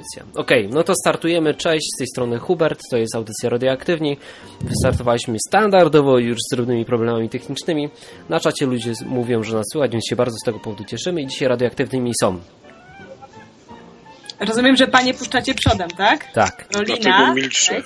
audycja. Okej, no to startujemy. Cześć, z tej strony Hubert, to jest audycja Radioaktywni. Wystartowaliśmy standardowo już z drobnymi problemami technicznymi. Na czacie ludzie mówią, że nas słychać, więc się bardzo z tego powodu cieszymy i dzisiaj Radioaktywnymi są. Rozumiem, że panie puszczacie przodem, tak? Tak. Rolina.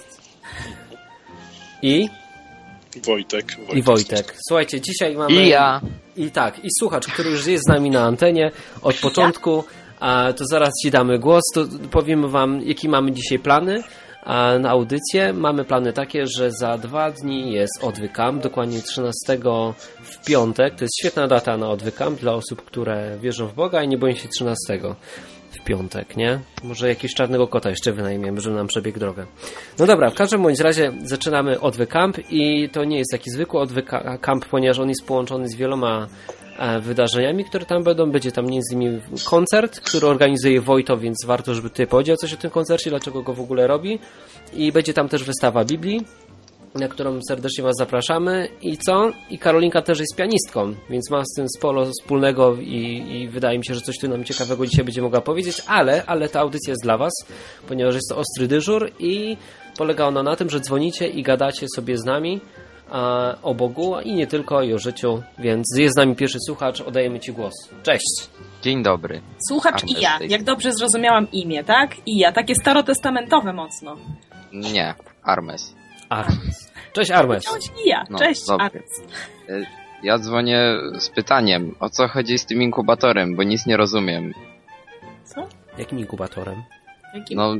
I Wojtek. Słuchajcie, dzisiaj mamy... I ja. I słuchacz, który już jest z nami na antenie od początku, to zaraz ci damy głos, to powiemy wam, jakie mamy dzisiaj plany na audycję. Mamy plany takie, że za 2 dni jest Odwykamp, dokładnie 13 w piątek. To jest świetna data na Odwykamp dla osób, które wierzą w Boga i nie boją się 13 w piątek, nie? Może jakiegoś czarnego kota jeszcze wynajmiemy, żeby nam przebiegł drogę. No dobra, w każdym bądź razie zaczynamy Odwykamp i to nie jest taki zwykły Odwykamp, ponieważ on jest połączony z wieloma wydarzeniami, które tam będą. Będzie tam między innymi koncert, który organizuje Wojto, więc warto, żeby ty powiedział coś o tym koncercie, dlaczego go w ogóle robi. I będzie tam też wystawa Biblii, na którą serdecznie was zapraszamy. I co? I Karolinka też jest pianistką, więc ma z tym sporo wspólnego i wydaje mi się, że coś tu nam ciekawego dzisiaj będzie mogła powiedzieć, ale ta audycja jest dla was, ponieważ jest to ostry dyżur i polega ona na tym, że dzwonicie i gadacie sobie z nami o Bogu i nie tylko, i o życiu, więc jest z nami pierwszy słuchacz, oddajemy ci głos. Cześć! Dzień dobry. Słuchacz Armes i ja, jak dobrze zrozumiałam imię, tak? I ja, takie starotestamentowe mocno. Nie, Armes. Cześć Armes. I ja, no, cześć dobry. Armes. Ja dzwonię z pytaniem, o co chodzi z tym inkubatorem, bo nic nie rozumiem. Co? Jakim inkubatorem? No,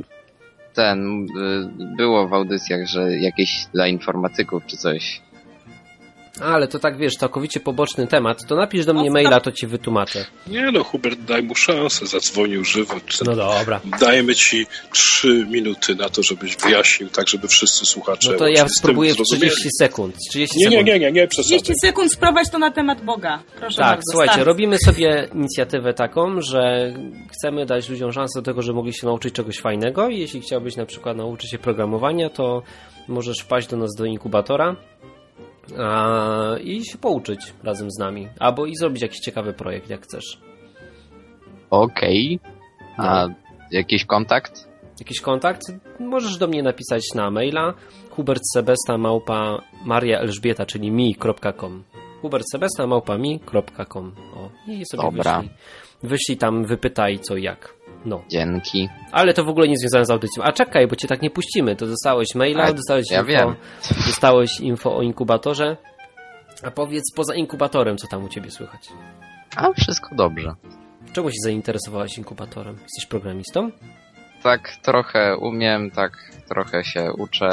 było w audycjach, że jakieś dla informatyków czy coś. Ale to tak, wiesz, całkowicie poboczny temat. To napisz do mnie maila, to ci wytłumaczę. Nie no, Hubert, daj mu szansę. Zadzwonił żywo. No dobra. Dajemy ci 3 minuty na to, żebyś wyjaśnił, tak żeby wszyscy słuchacze... No to ja spróbuję w 30 sekund. Nie, przesadzaj. 30 sekund sprowadź to na temat Boga. Proszę tak, bardzo. Słuchajcie, start. Robimy sobie inicjatywę taką, że chcemy dać ludziom szansę do tego, że mogli się nauczyć czegoś fajnego i jeśli chciałbyś na przykład nauczyć się programowania, to możesz wpaść do nas do inkubatora i się pouczyć razem z nami. Albo i zrobić jakiś ciekawy projekt, jak chcesz. Okej. A jakiś kontakt? Jakiś kontakt? Możesz do mnie napisać na maila hubertsebesta@mariaelżbieta, czyli mi.com hubertsebesta@mi.com. I sobie wyślij tam, wypytaj co i jak. No. Dzięki. Ale to w ogóle nie związane z audycją. A czekaj, bo cię tak nie puścimy. To dostałeś maila, dostałeś info o inkubatorze. A powiedz, poza inkubatorem, co tam u ciebie słychać? A wszystko dobrze. Czemu się zainteresowałeś inkubatorem? Jesteś programistą? Tak, trochę umiem, tak trochę się uczę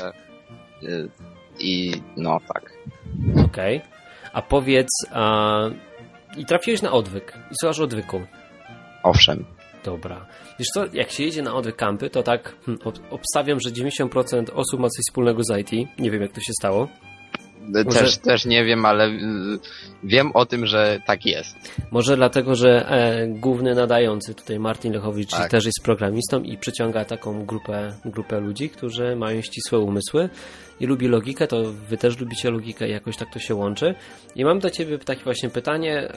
i no tak. Okej. A powiedz, i trafiłeś na Odwyk i słuchasz Odwyku? Owszem. Dobra. Wiesz co, jak się jedzie na Odwykampy, to tak obstawiam, że 90% osób ma coś wspólnego z IT. Nie wiem, jak to się stało. Też nie wiem, ale wiem o tym, że tak jest. Może dlatego, że główny nadający tutaj Martin Lechowicz też jest programistą i przyciąga taką grupę ludzi, którzy mają ścisłe umysły i lubi logikę, to wy też lubicie logikę i jakoś tak to się łączy. I mam do ciebie takie właśnie pytanie,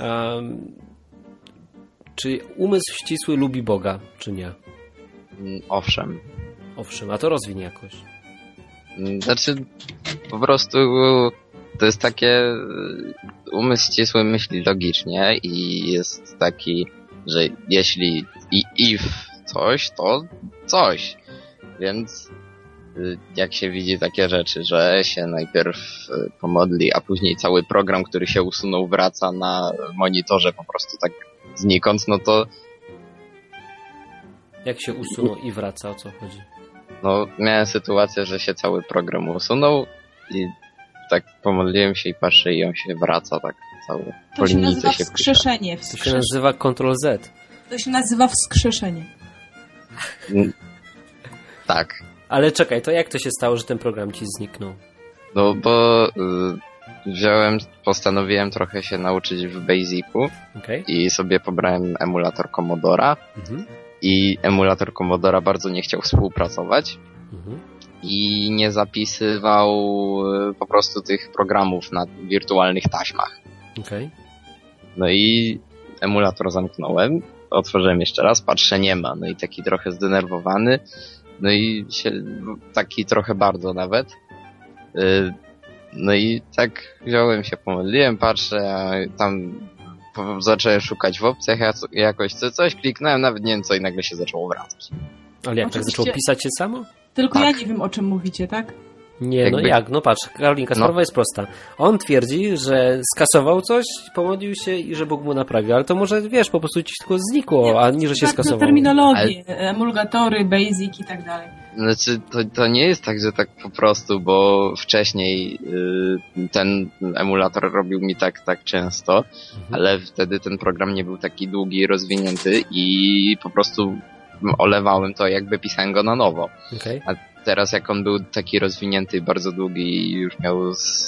czy umysł ścisły lubi Boga, czy nie? Owszem, a to rozwiń jakoś. Znaczy, po prostu to jest takie, umysł ścisły myśli logicznie i jest taki, że jeśli if coś, to coś. Więc jak się widzi takie rzeczy, że się najpierw pomodli, a później cały program, który się usunął, wraca na monitorze po prostu tak znikąd, no to... Jak się usunął i wraca, o co chodzi? No, miałem sytuację, że się cały program usunął i tak pomodliłem się i patrzę i on się wraca tak cały. To się nazywa wskrzeszenie. To się nazywa Ctrl-Z. To się nazywa wskrzeszenie. Tak. Ale czekaj, to jak to się stało, że ten program ci zniknął? No bo postanowiłem trochę się nauczyć w Basicu i sobie pobrałem emulator Commodora i emulator Commodora bardzo nie chciał współpracować i nie zapisywał po prostu tych programów na wirtualnych taśmach. No i emulator zamknąłem otworzyłem jeszcze raz, patrzę, nie ma. No i taki trochę zdenerwowany, no i taki trochę bardzo nawet. No i tak wziąłem się, pomodliłem, patrzę, a tam zacząłem szukać w opcjach jakoś coś, kliknąłem, nawet nie wiem co i nagle się zaczęło wracać. Ale jak tak zaczęło pisać się samo? Tylko Tak. ja nie wiem, o czym mówicie, tak? Nie, no jak? No patrz, Karolinka, sprawa jest prosta. On twierdzi, że skasował coś, pomodlił się i że Bóg mu naprawił, ale to może, wiesz, po prostu ci tylko znikło, a nie, że się tak, skasowało. terminologię, emulgatory, basic i tak dalej. Znaczy, to nie jest tak, że tak po prostu, bo wcześniej ten emulator robił mi tak często, ale wtedy ten program nie był taki długi i rozwinięty i po prostu olewałem to, jakby pisałem go na nowo. Okay. A teraz jak on był taki rozwinięty, bardzo długi i już miał z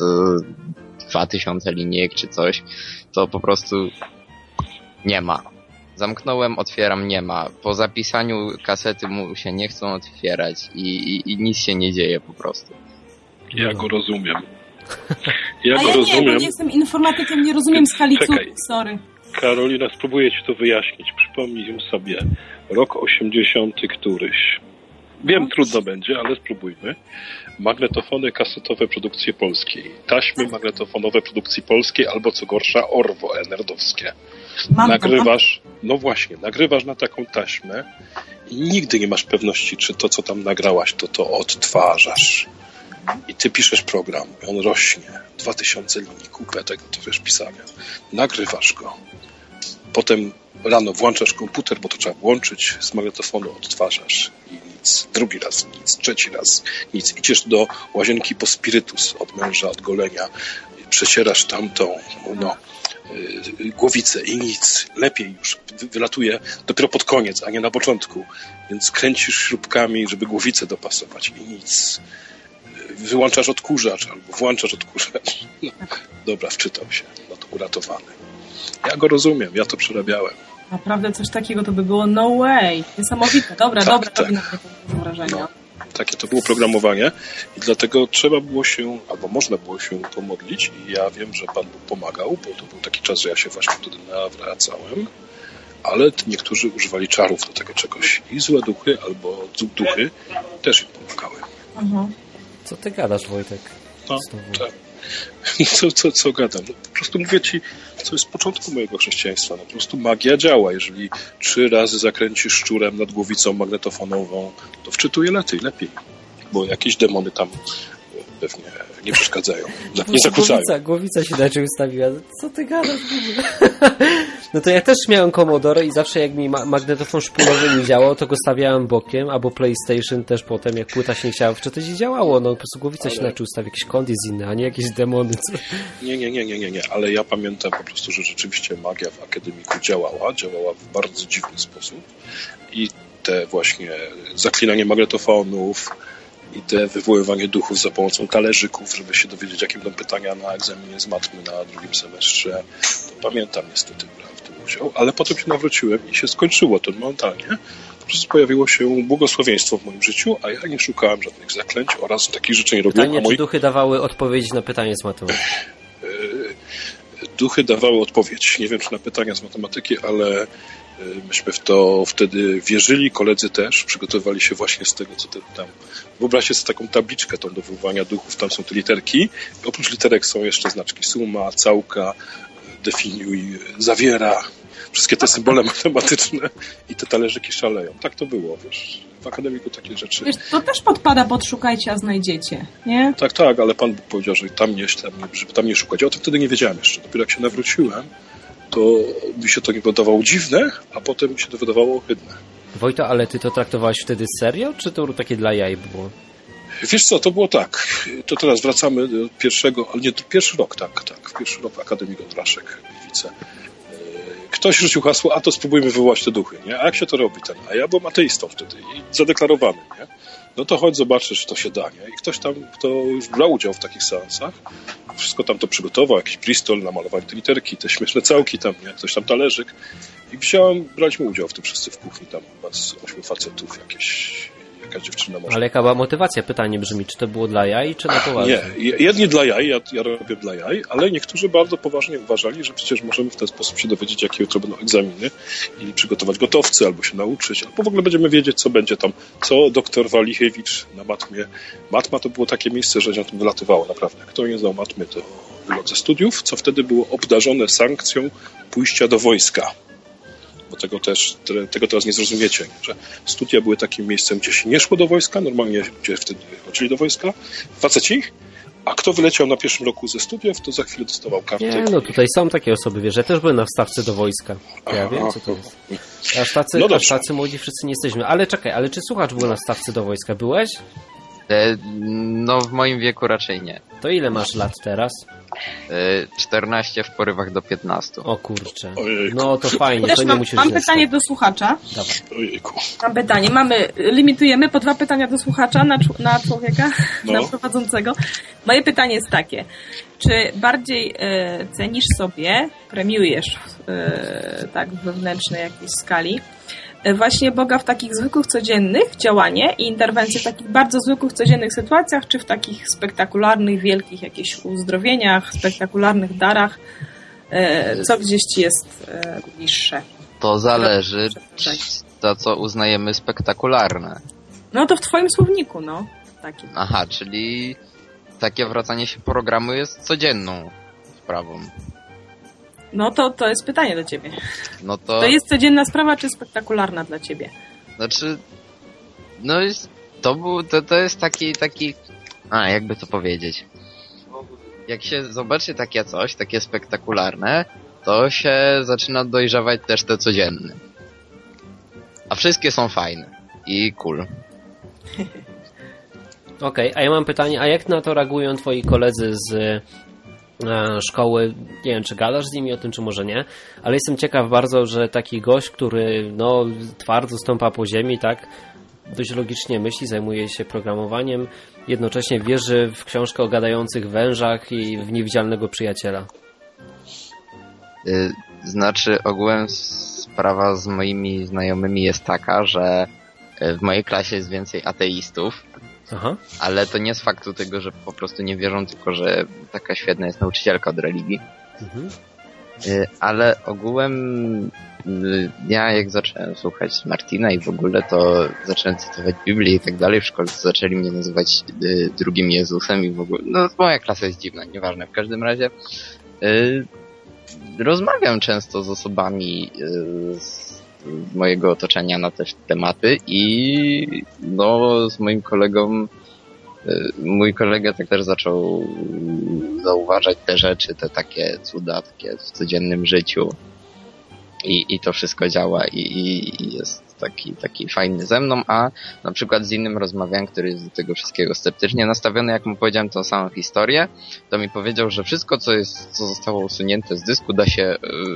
2000 linijek czy coś, to po prostu nie ma. Zamknąłem, otwieram, nie ma. Po zapisaniu kasety mu się nie chcą otwierać i nic się nie dzieje po prostu. Ja go rozumiem. Nie, bo nie jestem informatykiem, nie rozumiem skali cudów, sorry. Karolina, spróbuję ci to wyjaśnić. Przypomnij sobie rok 80 któryś. Wiem, trudno będzie, ale spróbujmy. Magnetofony kasetowe produkcji polskiej. Taśmy magnetofonowe produkcji polskiej, albo co gorsza, Orwo nerdowskie. Nagrywasz, no właśnie, nagrywasz na taką taśmę i nigdy nie masz pewności, czy to, co tam nagrałaś, to odtwarzasz. I ty piszesz program, i on rośnie. 2000 linii, kupę tego, to wiesz, pisania. Nagrywasz go. Potem rano włączasz komputer, bo to trzeba włączyć, z magnetofonu odtwarzasz i nic. Drugi raz nic, trzeci raz nic. Idziesz do łazienki po spirytus od męża, od golenia, przecierasz tamtą, głowicę i nic. Lepiej już wylatuje dopiero pod koniec, a nie na początku. Więc kręcisz śrubkami, żeby głowicę dopasować i nic. Wyłączasz odkurzacz albo włączasz odkurzacz. No, dobra, wczytam się. No to uratowany. Ja go rozumiem, ja to przerabiałem. Naprawdę coś takiego to by było no way. Niesamowite. Dobra, tak. robi na to wrażenie. No, takie to było programowanie i dlatego trzeba było się, albo można było się pomodlić i ja wiem, że Pan Bóg pomagał, bo to był taki czas, że ja się właśnie wtedy nawracałem, ale niektórzy używali czarów do tego czegoś i złe duchy albo duchy też im pomagały. Co ty gadasz, Wojtek? No, tak. Co gadam? No, po prostu mówię ci, co jest z początku mojego chrześcijaństwa. No, po prostu magia działa. Jeżeli 3 razy zakręcisz szczurem nad głowicą magnetofonową, to wczytuje lepiej. Bo jakieś demony tam pewnie nie przeszkadzają. Nie zakłócają. Głowica się inaczej ustawiła. Co ty gadasz w ogóle? No to ja też miałem Commodore i zawsze jak mi magnetofon szpulowy nie działał, to go stawiałem bokiem, albo PlayStation też potem, jak płyta się nie chciała wczytać i działało. No po prostu głowica się inaczej ustawi. Jakiś kąt jest inny, a nie jakieś demony. Co? Nie. Ale ja pamiętam po prostu, że rzeczywiście magia w akademiku działała w bardzo dziwny sposób i te właśnie zaklinanie magnetofonów i te wywoływanie duchów za pomocą talerzyków, żeby się dowiedzieć, jakie będą pytania na egzaminie z matmy na drugim semestrze. To pamiętam niestety, brałem w tym udział, ale potem się nawróciłem i się skończyło to momentalnie. Po prostu pojawiło się błogosławieństwo w moim życiu, a ja nie szukałem żadnych zaklęć oraz takich rzeczy nie robiłem. Pytanie, czy duchy dawały odpowiedź na pytanie z matematyki? Duchy dawały odpowiedź. Nie wiem, czy na pytania z matematyki, ale myśmy w to wtedy wierzyli, koledzy też przygotowywali się właśnie z tego, co tam. Wyobraźcie sobie taką tabliczkę tą do wywołania duchów, tam są te literki. Oprócz literek są jeszcze znaczki suma, całka, definiuj, zawiera, wszystkie te symbole matematyczne i te talerzyki szaleją. Tak to było, wiesz. W akademiku takie rzeczy. Wiesz, to też podpada pod szukajcie, a znajdziecie, nie? Tak, ale Pan Bóg powiedział, że żeby tam nie szukać. Ja o tym wtedy nie wiedziałem jeszcze. Dopiero jak się nawróciłem, to mi się to nie wydawało dziwne, a potem mi się to wydawało ohydne. Wojto, ale ty to traktowałeś wtedy serio, czy to takie dla jaj było? Wiesz co, to było tak. To teraz wracamy do pierwszy rok, tak. Pierwszy rok Akademii Gondraszek, Gliwice. Ktoś rzucił hasło, a to spróbujmy wywołać te duchy, nie? A jak się to robi? A ja byłem ateistą wtedy i zadeklarowany, nie? No to chodź zobaczysz, czy to się da, nie? I ktoś tam, kto już brał udział w takich seansach, wszystko tam to przygotował, jakiś Bristol, namalowali te literki, te śmieszne całki tam, nie? Ktoś tam talerzyk. I braliśmy udział w tym wszyscy w kuchni, tam chyba z 8 facetów, jakieś jaka dziewczyna może. Ale jaka była motywacja? Pytanie brzmi, czy to było dla jaj, czy na poważnie? Nie, jedni dla jaj, ja robię dla jaj, ale niektórzy bardzo poważnie uważali, że przecież możemy w ten sposób się dowiedzieć, jakie jutro będą egzaminy i przygotować gotowcy, albo się nauczyć, albo w ogóle będziemy wiedzieć, co będzie tam, co doktor Walichewicz na matmie. Matma to było takie miejsce, że na tym wylatywało, naprawdę. Kto nie znał matmy, to wylot ze studiów, co wtedy było obdarzone sankcją pójścia do wojska. Bo tego teraz nie zrozumiecie, że studia były takim miejscem, gdzie się nie szło do wojska, normalnie gdzie wtedy chodzili do wojska, faceci, a kto wyleciał na pierwszym roku ze studiów, to za chwilę dostawał kartę. Nie, no tutaj są takie osoby, wiesz, ja też byłem na wstawce do wojska. Ja wiem, co to jest. Aż tacy młodzi wszyscy nie jesteśmy. Ale czekaj, ale czy słuchacz był na stawce do wojska? Byłeś? No w moim wieku raczej nie. To ile masz lat teraz? 14 w porywach do 15. O kurczę. Ojejku. No to fajnie, Też to nie musisz mam pytanie do słuchacza. Dawaj. Ojejku. Mam pytanie. Limitujemy po 2 pytania do słuchacza na człowieka, na prowadzącego. Moje pytanie jest takie. Czy bardziej cenisz sobie, premiujesz tak w wewnętrznej jakiejś skali właśnie Boga w takich zwykłych, codziennych działanie i interwencje w takich bardzo zwykłych, codziennych sytuacjach, czy w takich spektakularnych, wielkich jakichś uzdrowieniach, spektakularnych darach, co gdzieś ci jest bliższe? To zależy, za co uznajemy spektakularne. No to w twoim słowniku, no. Taki. Aha, czyli takie wracanie się programu jest codzienną sprawą. No to jest pytanie do ciebie. No to jest codzienna sprawa, czy spektakularna dla ciebie? Znaczy, no to jest taki, jakby to powiedzieć. Jak się zobaczy takie coś, takie spektakularne, to się zaczyna dojrzewać też te codzienne. A wszystkie są fajne i cool. Okej, a ja mam pytanie, a jak na to reagują twoi koledzy z szkoły? Nie wiem, czy gadasz z nimi o tym, czy może nie, ale jestem ciekaw bardzo, że taki gość, który no twardo stąpa po ziemi, tak, dość logicznie myśli, zajmuje się programowaniem, jednocześnie wierzy w książkę o gadających wężach i w niewidzialnego przyjaciela. Znaczy, ogółem sprawa z moimi znajomymi jest taka, że w mojej klasie jest więcej ateistów. Aha. Ale to nie z faktu tego, że po prostu nie wierzą, tylko że taka świetna jest nauczycielka od religii. Mhm. Ale ogółem ja jak zacząłem słuchać Martina i w ogóle to zacząłem cytować Biblię i tak dalej, w szkole zaczęli mnie nazywać drugim Jezusem i w ogóle, no moja klasa jest dziwna, nieważne, w każdym razie rozmawiam często z osobami z mojego otoczenia na te tematy i no z moim kolegą, mój kolega tak też zaczął zauważać te rzeczy, te takie cuda takie w codziennym życiu i to wszystko działa i jest taki fajny ze mną, a na przykład z innym rozmawiałem, który jest do tego wszystkiego sceptycznie nastawiony, jak mu powiedziałem tą samą historię, to mi powiedział, że wszystko co zostało usunięte z dysku da się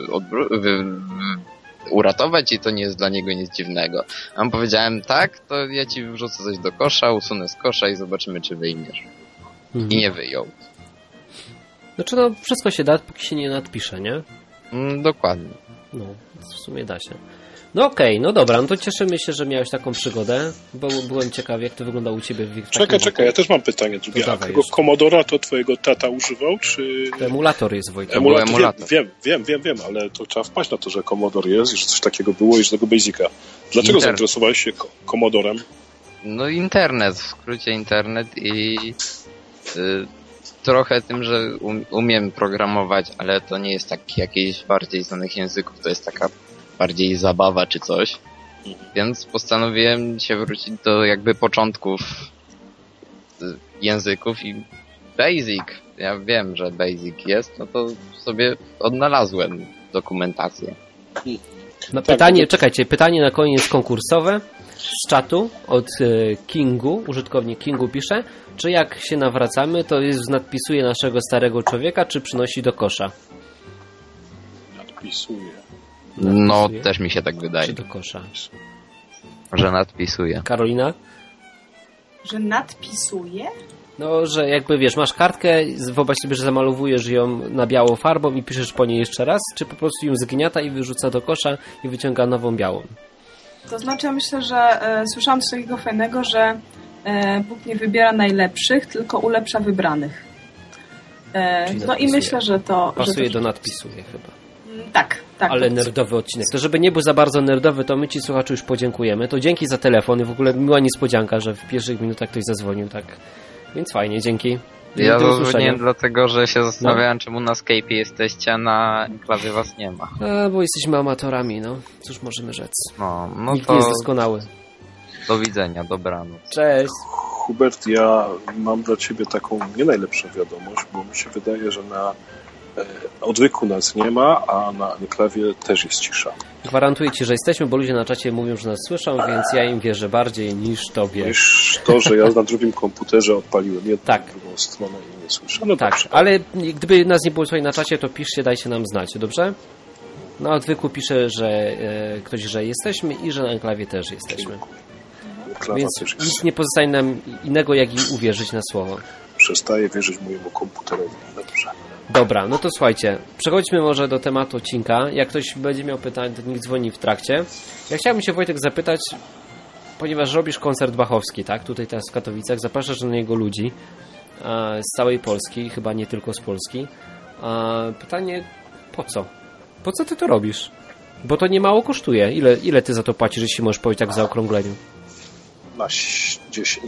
uratować i to nie jest dla niego nic dziwnego. A mu powiedziałem, tak, to ja ci wrzucę coś do kosza, usunę z kosza i zobaczymy, czy wyjmiesz. Mhm. I nie wyjął. Znaczy no, wszystko się da, póki się nie nadpisze, nie? Dokładnie. No, w sumie da się. No okej, no dobra, no to cieszymy się, że miałeś taką przygodę, bo byłem ciekaw, jak to wyglądało u ciebie w Czekaj, ja też mam pytanie drugie. A tego Commodora to twojego tata używał, czy... To emulator jest, Wojtek. Emulator. Wiem, ale to trzeba wpaść na to, że Commodore jest i że coś takiego było i że tego Basica. Dlaczego zainteresowałeś się Commodorem? No internet, w skrócie internet i trochę tym, że umiem programować, ale to nie jest tak jakichś bardziej znanych języków, to jest taka bardziej zabawa czy coś, więc postanowiłem się wrócić do jakby początków języków i Basic. Ja wiem, że Basic jest, no to sobie odnalazłem dokumentację. No, pytanie, czekajcie, pytanie na koniec konkursowe z czatu od Kingu, użytkownik Kingu pisze, czy jak się nawracamy, to nadpisuje naszego starego człowieka, czy przynosi do kosza? Nadpisuje. No, też mi się tak wydaje. Czy do kosza? Że nadpisuje. Karolina? Że nadpisuje? No, że jakby wiesz, masz kartkę, wyobraź sobie, że zamalowujesz ją na białą farbą i piszesz po niej jeszcze raz, czy po prostu ją zgniata i wyrzuca do kosza i wyciąga nową białą? To znaczy, ja myślę, że słyszałam coś takiego fajnego, że Bóg nie wybiera najlepszych, tylko ulepsza wybranych. No i myślę, że to... Pasuje do nadpisuje chyba. Tak. Ale nerdowy odcinek. To żeby nie był za bardzo nerdowy, to my ci, słuchaczu, już podziękujemy. To dzięki za telefon i w ogóle miła niespodzianka, że w pierwszych minutach ktoś zadzwonił, tak. Więc fajnie, dzięki. Ja zadzwoniłem dlatego, że się zastanawiałem, czemu na Skype'ie jesteście, a na Enklawie was nie ma. Bo jesteśmy amatorami, no. Cóż możemy rzec. No Nikt to nie jest doskonały. Do widzenia, dobranoc. Cześć. Hubert, ja mam dla ciebie taką nie najlepszą wiadomość, bo mi się wydaje, że na odwyku nas nie ma, a na Enklawie też jest cisza. Gwarantuję ci, że jesteśmy, bo ludzie na czacie mówią, że nas słyszą, więc ja im wierzę bardziej niż tobie. Niż to, że ja na drugim komputerze odpaliłem jedną drugą stronę i nie słyszę. No tak, dobrze. ale gdyby nas nie było tutaj na czacie, to piszcie, dajcie nam znać, dobrze? Na odwyku pisze, że ktoś, że jesteśmy i że na Enklawie też jesteśmy. Więc nic nie pozostaje nam innego, jak im uwierzyć na słowo. Przestaję wierzyć mojemu komputerowi. Dobrze. Dobra, no to słuchajcie, przechodźmy może do tematu odcinka. Jak ktoś będzie miał pytania, to niech dzwoni w trakcie. Ja chciałbym się, Wojtek, zapytać, ponieważ robisz koncert bachowski, tak? Tutaj teraz w Katowicach, zapraszasz do niego ludzi z całej Polski, chyba nie tylko z Polski. Pytanie, po co? Po co ty to robisz? Bo to nie mało kosztuje. Ile ty za to płacisz, jeśli możesz powiedzieć tak w zaokrągleniu? Na 10.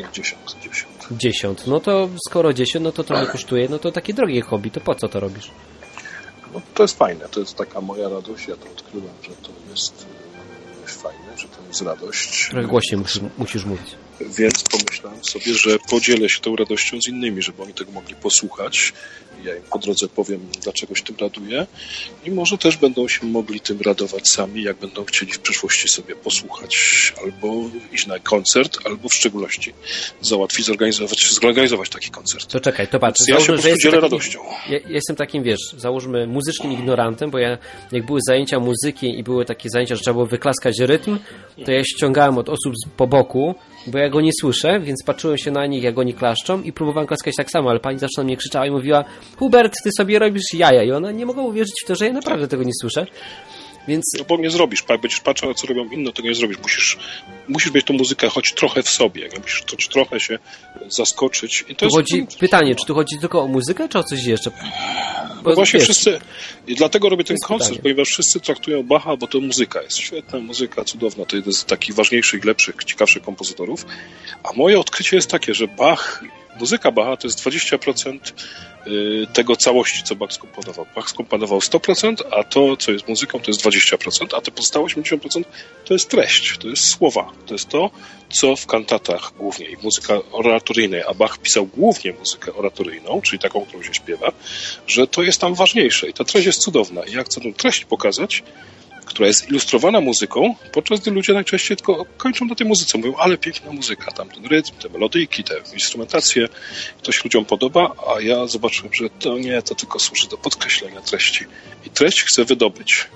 10. No to skoro 10, no to trochę kosztuje, no to takie drogie hobby, to po co to robisz? No to jest fajne, to jest taka moja radość, ja to odkryłem, że to jest fajne, że to jest radość. Trochę głośniej musisz mówić. Więc pomyślałem sobie, że podzielę się tą radością z innymi, żeby oni tego mogli posłuchać. Ja im po drodze powiem, dlaczego się tym raduję i może też będą się mogli tym radować sami, jak będą chcieli w przyszłości sobie posłuchać albo iść na koncert, albo w szczególności załatwić, zorganizować taki koncert. To czekaj, to patrz. Ja się po prostu dzielę radością. Ja jestem takim, wiesz, załóżmy muzycznym ignorantem, bo ja, jak były zajęcia muzyki i były takie zajęcia, że trzeba było wyklaskać rytm, to ja ściągałem od osób po boku, bo ja go nie słyszę, więc patrzyłem się na nich, jak oni klaszczą i próbowałem klaskać tak samo, ale pani zawsze na mnie krzyczała i mówiła: Hubert, ty sobie robisz jaja. I ona nie mogła uwierzyć w to, że ja naprawdę tego nie słyszę. Więc... No bo nie zrobisz, jak będziesz patrzył, co robią inne, tego nie zrobisz. Musisz mieć tą muzykę choć trochę w sobie, musisz choć trochę się zaskoczyć. I to jest chodzi, pytanie, czy tu chodzi tylko o muzykę, czy o coś jeszcze? Bo właśnie wszyscy, i dlatego robię ten koncert, ponieważ wszyscy traktują Bacha, bo to muzyka jest świetna, muzyka cudowna, to jeden z takich ważniejszych, lepszych, ciekawszych kompozytorów. A moje odkrycie jest takie, że muzyka Bacha to jest 20% tego całości, co Bach skomponował. Bach skomponował 100%, a to, co jest muzyką, to jest 20%, a te pozostałe 80% to jest treść, to jest słowa. To jest to, co w kantatach głównie i muzyka oratoryjnej, a Bach pisał głównie muzykę oratoryjną, czyli taką, którą się śpiewa, że to jest tam ważniejsze i ta treść jest cudowna. I ja chcę tę treść pokazać, która jest ilustrowana muzyką, podczas gdy ludzie najczęściej tylko kończą na tej muzyce. Mówią, ale piękna muzyka, tam ten rytm, te melodyjki, te instrumentacje, to się ludziom podoba, a ja zobaczyłem, że to nie, to tylko służy do podkreślenia treści. I treść chcę wydobyć.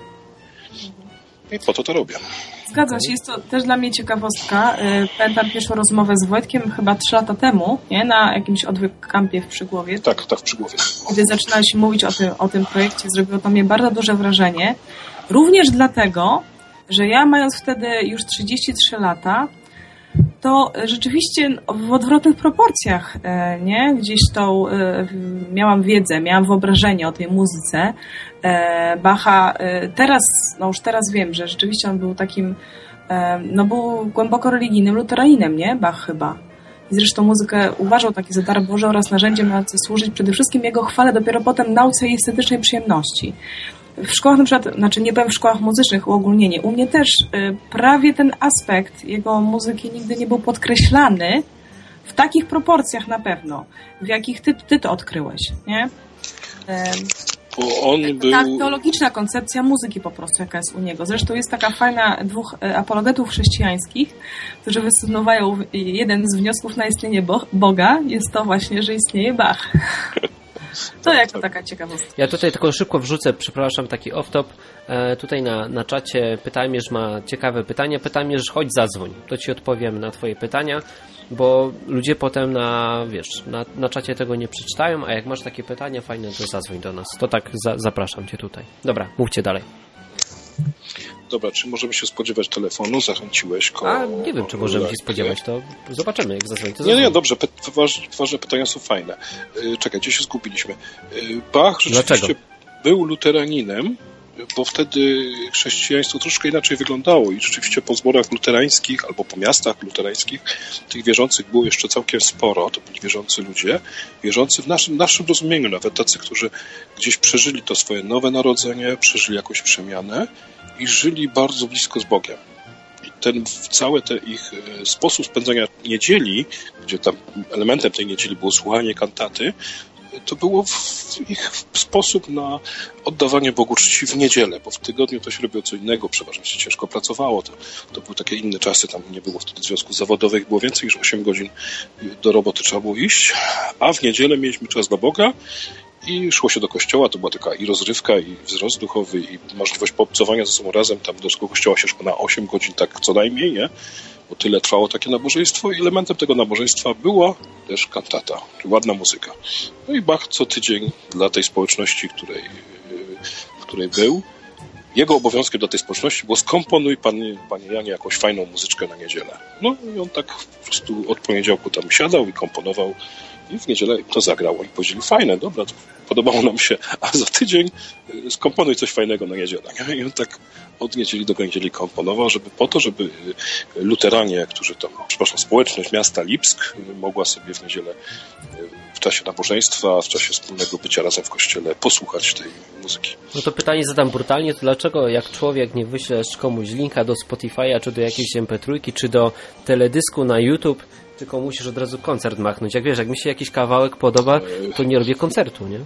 I po to robię. Zgadzam się, jest to też dla mnie ciekawostka. Pamiętam pierwszą rozmowę z Wojtkiem chyba 3 lata temu, nie? Na jakimś odwyk-kampie w Przygłowie. Tak, w Przygłowie. Kiedy zaczynaliśmy mówić o tym projekcie, zrobiło to mnie bardzo duże wrażenie. Również dlatego, że ja mając wtedy już 33 lata, to rzeczywiście w odwrotnych proporcjach, nie? Gdzieś miałam wiedzę, miałam wyobrażenie o tej muzyce Bacha. Już teraz wiem, że rzeczywiście on był takim, był głęboko religijnym luteraninem, nie? Bach chyba. I zresztą muzykę uważał taki za dar Boży oraz narzędzie mające służyć przede wszystkim jego chwale, dopiero potem nauce i estetycznej przyjemności. W szkołach na przykład, nie byłem w szkołach muzycznych, uogólnienie. U mnie też prawie ten aspekt jego muzyki nigdy nie był podkreślany w takich proporcjach na pewno, w jakich ty to odkryłeś, nie? Ta teologiczna koncepcja muzyki po prostu, jaka jest u niego. Zresztą jest taka fajna 2 apologetów chrześcijańskich, którzy wysuwają jeden z wniosków na istnienie Boga, jest to właśnie, że istnieje Bach. To jako taka ciekawostka. Ja tutaj tylko szybko wrzucę, przepraszam, taki off-top. Tutaj na czacie Pytamierz ma ciekawe pytanie. Pytamierz, chodź zadzwoń. To ci odpowiem na twoje pytania, bo ludzie potem na czacie tego nie przeczytają, a jak masz takie pytania fajne, to zadzwoń do nas. To tak zapraszam cię tutaj. Dobra, mówcie dalej. dobra, czy możemy się spodziewać telefonu? Zachęciłeś go. A nie wiem, czy możemy się spodziewać, to zobaczymy, jak zadzwoni. Nie, dobrze, ważne pytania są fajne. Czekaj, gdzie się zgubiliśmy? Bach rzeczywiście był luteraninem, bo wtedy chrześcijaństwo troszkę inaczej wyglądało i rzeczywiście po zborach luterańskich albo po miastach luterańskich tych wierzących było jeszcze całkiem sporo. To byli wierzący ludzie, wierzący w naszym rozumieniu, nawet tacy, którzy gdzieś przeżyli to swoje nowe narodzenie, przeżyli jakąś przemianę i żyli bardzo blisko z Bogiem. I cały ich sposób spędzania niedzieli, gdzie tam elementem tej niedzieli było słuchanie kantaty, to było ich sposób na oddawanie Bogu czci w niedzielę, bo w tygodniu to się robiło co innego, przeważnie się ciężko pracowało, to były takie inne czasy, tam nie było wtedy związków zawodowych, było więcej niż 8 godzin do roboty trzeba było iść, a w niedzielę mieliśmy czas dla Boga i szło się do kościoła, to była taka i rozrywka, i wzrost duchowy, i możliwość poobcowania ze sobą razem, tam do kościoła się szło na 8 godzin, tak co najmniej, nie? Bo tyle trwało takie nabożeństwo i elementem tego nabożeństwa była też kantata, ładna muzyka. No i Bach co tydzień dla tej społeczności, w której był, jego obowiązkiem dla tej społeczności było skomponuj panie Janie jakąś fajną muzyczkę na niedzielę. No i on tak po prostu od poniedziałku tam siadał i komponował i w niedzielę to zagrał. I powiedzieli, fajne, dobra, to podobało nam się, a za tydzień skomponuj coś fajnego na niedzielę. I on tak od niedzieli do niedzieli komponował, żeby luteranie, społeczność miasta Lipsk mogła sobie w niedzielę w czasie nabożeństwa, w czasie wspólnego bycia razem w kościele posłuchać tej muzyki. No to pytanie zadam brutalnie, to dlaczego jak człowiek nie wyślesz komuś linka do Spotify'a, czy do jakiejś MP3, czy do teledysku na YouTube, tylko musisz od razu koncert machnąć. Jak wiesz, jak mi się jakiś kawałek podoba, to nie robię koncertu, nie?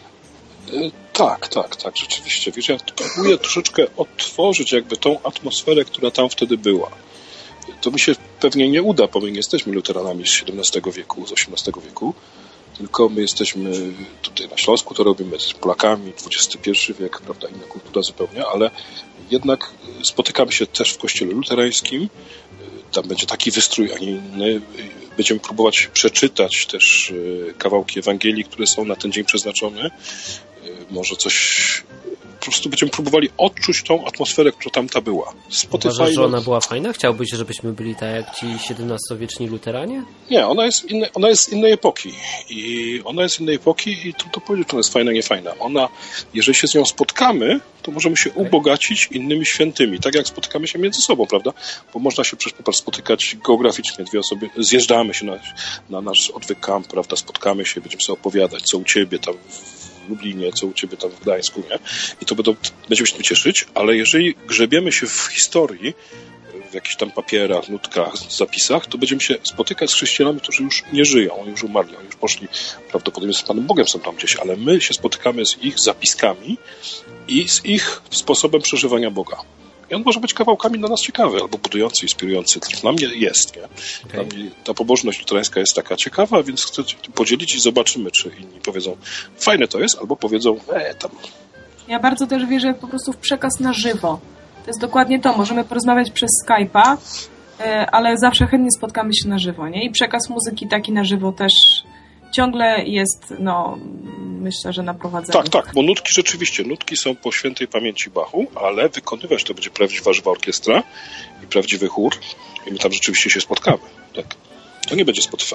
Tak, rzeczywiście. Wiesz, ja próbuję troszeczkę odtworzyć jakby tą atmosferę, która tam wtedy była. To mi się pewnie nie uda, bo my nie jesteśmy luteranami z XVII wieku, z XVIII wieku, tylko my jesteśmy tutaj na Śląsku, to robimy z Polakami, XXI wiek, prawda, inna kultura zupełnie, ale jednak spotykamy się też w kościele luterańskim, tam będzie taki wystrój, a nie inny. Będziemy próbować przeczytać też kawałki Ewangelii, które są na ten dzień przeznaczone. Może coś... Po prostu będziemy próbowali odczuć tą atmosferę, która tamta była. Uważasz, że ona była fajna? Chciałbyś, żebyśmy byli tak jak ci XVII-wieczni luteranie? Nie, ona jest z innej epoki. I ona jest z innej epoki i trudno powiedzieć, czy ona jest fajna, nie fajna. Jeżeli się z nią spotkamy, to możemy się ubogacić innymi świętymi, tak jak spotykamy się między sobą, prawda? Bo można się przecież spotykać geograficznie, dwie osoby, zjeżdżamy się na nasz odwyk camp, prawda? Spotkamy się, będziemy sobie opowiadać, co u ciebie tam w Lublinie, co u ciebie tam w Gdańsku, nie? I to będziemy się tym cieszyć, ale jeżeli grzebiemy się w historii, w jakichś tam papierach, nutkach, zapisach, to będziemy się spotykać z chrześcijanami, którzy już nie żyją, oni już umarli, oni już poszli prawdopodobnie z Panem Bogiem, są tam gdzieś, ale my się spotykamy z ich zapiskami i z ich sposobem przeżywania Boga. I on może być kawałkami dla nas ciekawy, albo budujący, inspirujący. Dla mnie jest, nie? Dla mnie ta pobożność luterańska jest taka ciekawa, więc chcę tym podzielić i zobaczymy, czy inni powiedzą, fajne to jest, albo powiedzą, tam. Ja bardzo też wierzę po prostu w przekaz na żywo. To jest dokładnie to. Możemy porozmawiać przez Skype'a, ale zawsze chętnie spotkamy się na żywo, nie? I przekaz muzyki taki na żywo też ciągle jest, myślę, że na prowadzeniu. Tak, bo nutki są po świętej pamięci Bachu, ale wykonywać to będzie prawdziwa żywa orkiestra i prawdziwy chór i my tam rzeczywiście się spotkamy. Tak. To nie będzie Spotify.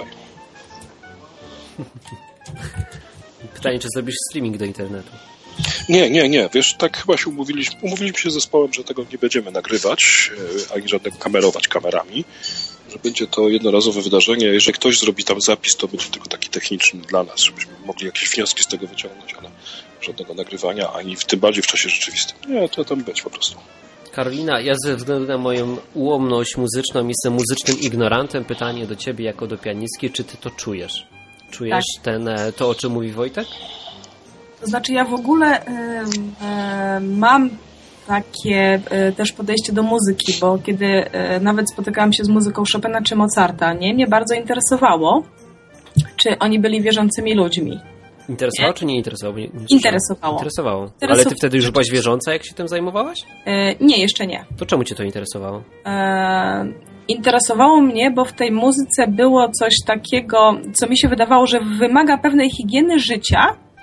Pytanie, czy zrobisz streaming do internetu? Nie. Wiesz, tak chyba się umówiliśmy się z zespołem, że tego nie będziemy nagrywać, ani żadnego kamerować kamerami, że będzie to jednorazowe wydarzenie. Jeżeli ktoś zrobi tam zapis, to będzie tylko taki techniczny dla nas, żebyśmy mogli jakieś wnioski z tego wyciągnąć, ale żadnego nagrywania, ani tym bardziej w czasie rzeczywistym. Nie, to tam być po prostu. Karolina, ja ze względu na moją ułomność muzyczną jestem muzycznym ignorantem. Pytanie do ciebie jako do pianistki, czy ty to czujesz? Czujesz to, o czym mówi Wojtek? To znaczy ja w ogóle mam takie też podejście do muzyki, bo kiedy nawet spotykałam się z muzyką Chopina czy Mozarta, mnie bardzo interesowało, czy oni byli wierzącymi ludźmi. Interesowało czy nie interesowało? Interesowało. Ale ty wtedy już byłaś wierząca, jak się tym zajmowałaś? Nie, jeszcze nie. To czemu cię to interesowało? Interesowało mnie, bo w tej muzyce było coś takiego, co mi się wydawało, że wymaga pewnej higieny życia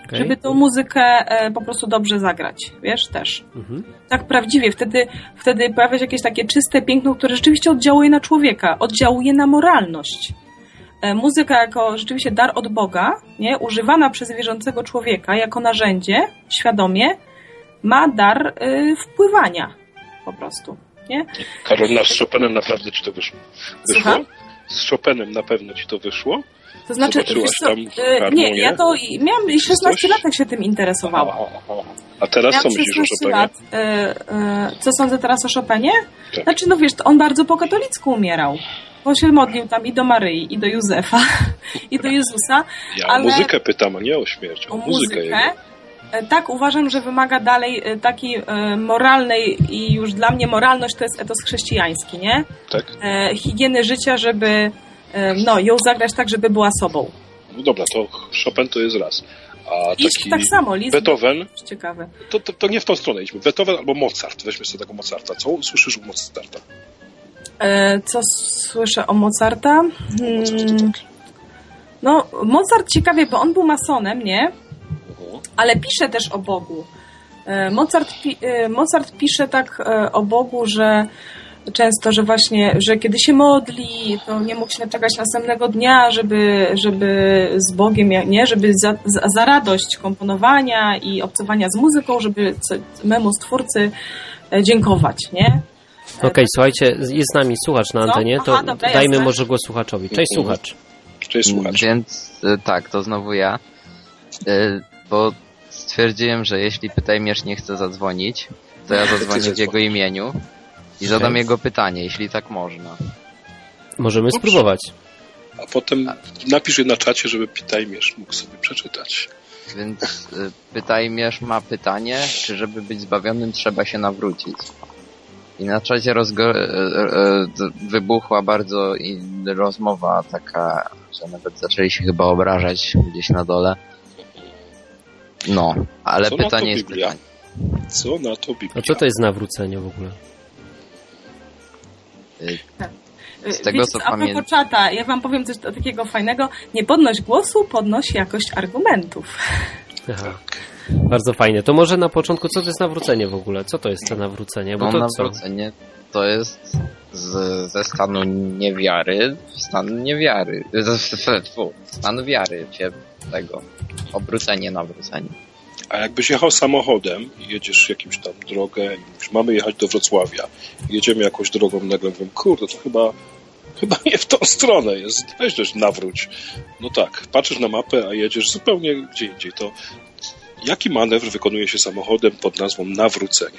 żeby tą muzykę po prostu dobrze zagrać, wiesz, też. Tak prawdziwie, wtedy pojawia się jakieś takie czyste piękno, które rzeczywiście oddziałuje na człowieka, oddziałuje na moralność. Muzyka jako rzeczywiście dar od Boga, nie, używana przez wierzącego człowieka jako narzędzie, świadomie, ma dar wpływania po prostu, nie? Karolina, z Chopinem naprawdę ci to wyszło? Słucham? Z Chopinem na pewno ci to wyszło? To znaczy, Zobaczyłaś tam nie, ja to miałam 16 lat, jak się tym interesowałam. A teraz co myślisz o 16 Chopinie? lat. Co sądzę teraz o Chopinie? Tak. Znaczy, no wiesz, on bardzo po katolicku umierał. Bo się modlił tam i do Maryi, i do Józefa, i do Jezusa. Ja ale o muzykę pytam, a nie o śmierć. O muzykę jego. Tak, uważam, że wymaga dalej takiej moralnej i już dla mnie moralność to jest etos chrześcijański, nie? Tak? Higieny życia, żeby ją zagrać tak, żeby była sobą. No dobra, to Chopin to jest raz. A Liszt taki tak samo, Liszt Beethoven, ciekawe. to nie w tą stronę idźmy. Beethoven albo Mozart. Weźmy sobie tego Mozarta. Co słyszysz u Mozarta? Co słyszę o Mozarta? No, Mozart ciekawie, bo on był masonem, nie? Ale pisze też o Bogu. Mozart pisze tak o Bogu, że często, że właśnie, że kiedy się modli, to nie mógł się czekać następnego dnia, żeby z Bogiem, nie? Żeby za radość komponowania i obcowania z muzyką, żeby memu Stwórcy dziękować, nie? Okej, słuchajcie, jest z nami słuchacz na antenie, to Aha, dobra, dajmy jasne. może głos słuchaczowi. Cześć słuchacz. Cześć słuchacz. Więc tak, to znowu ja. Bo stwierdziłem, że jeśli Pytajmierz nie chce zadzwonić, to ja zadzwonię w jego imieniu i zadam jego pytanie, jeśli tak można. Możemy spróbować. A potem napisz je na czacie, żeby Pytajmierz mógł sobie przeczytać. Więc Pytajmierz ma pytanie, czy żeby być zbawionym trzeba się nawrócić. I na czacie wybuchła bardzo rozmowa taka, że nawet zaczęli się chyba obrażać gdzieś na dole. No, ale Co na to pytanie jest Biblia? pytanie. Co na to Biblia? A co to jest nawrócenie w ogóle? Z tego co A propos pamiętam. czata, ja wam powiem coś takiego fajnego. Nie podnoś głosu, podnoś jakość argumentów. Aha. Bardzo fajnie. To może na początku, co to jest nawrócenie w ogóle? Co to jest to nawrócenie? Bo No, to co? nawrócenie to jest ze stanu niewiary w stan niewiary. Stan wiary się tego. Obrócenie, nawrócenie. A jakbyś jechał samochodem i jedziesz jakimś tam drogę i mówisz, mamy jechać do Wrocławia, jedziemy jakąś drogą, nagle mówię, kurde, to chyba nie w tą stronę jest, weź też nawróć. No tak, patrzysz na mapę, a jedziesz zupełnie gdzie indziej, to jaki manewr wykonuje się samochodem pod nazwą nawrócenie?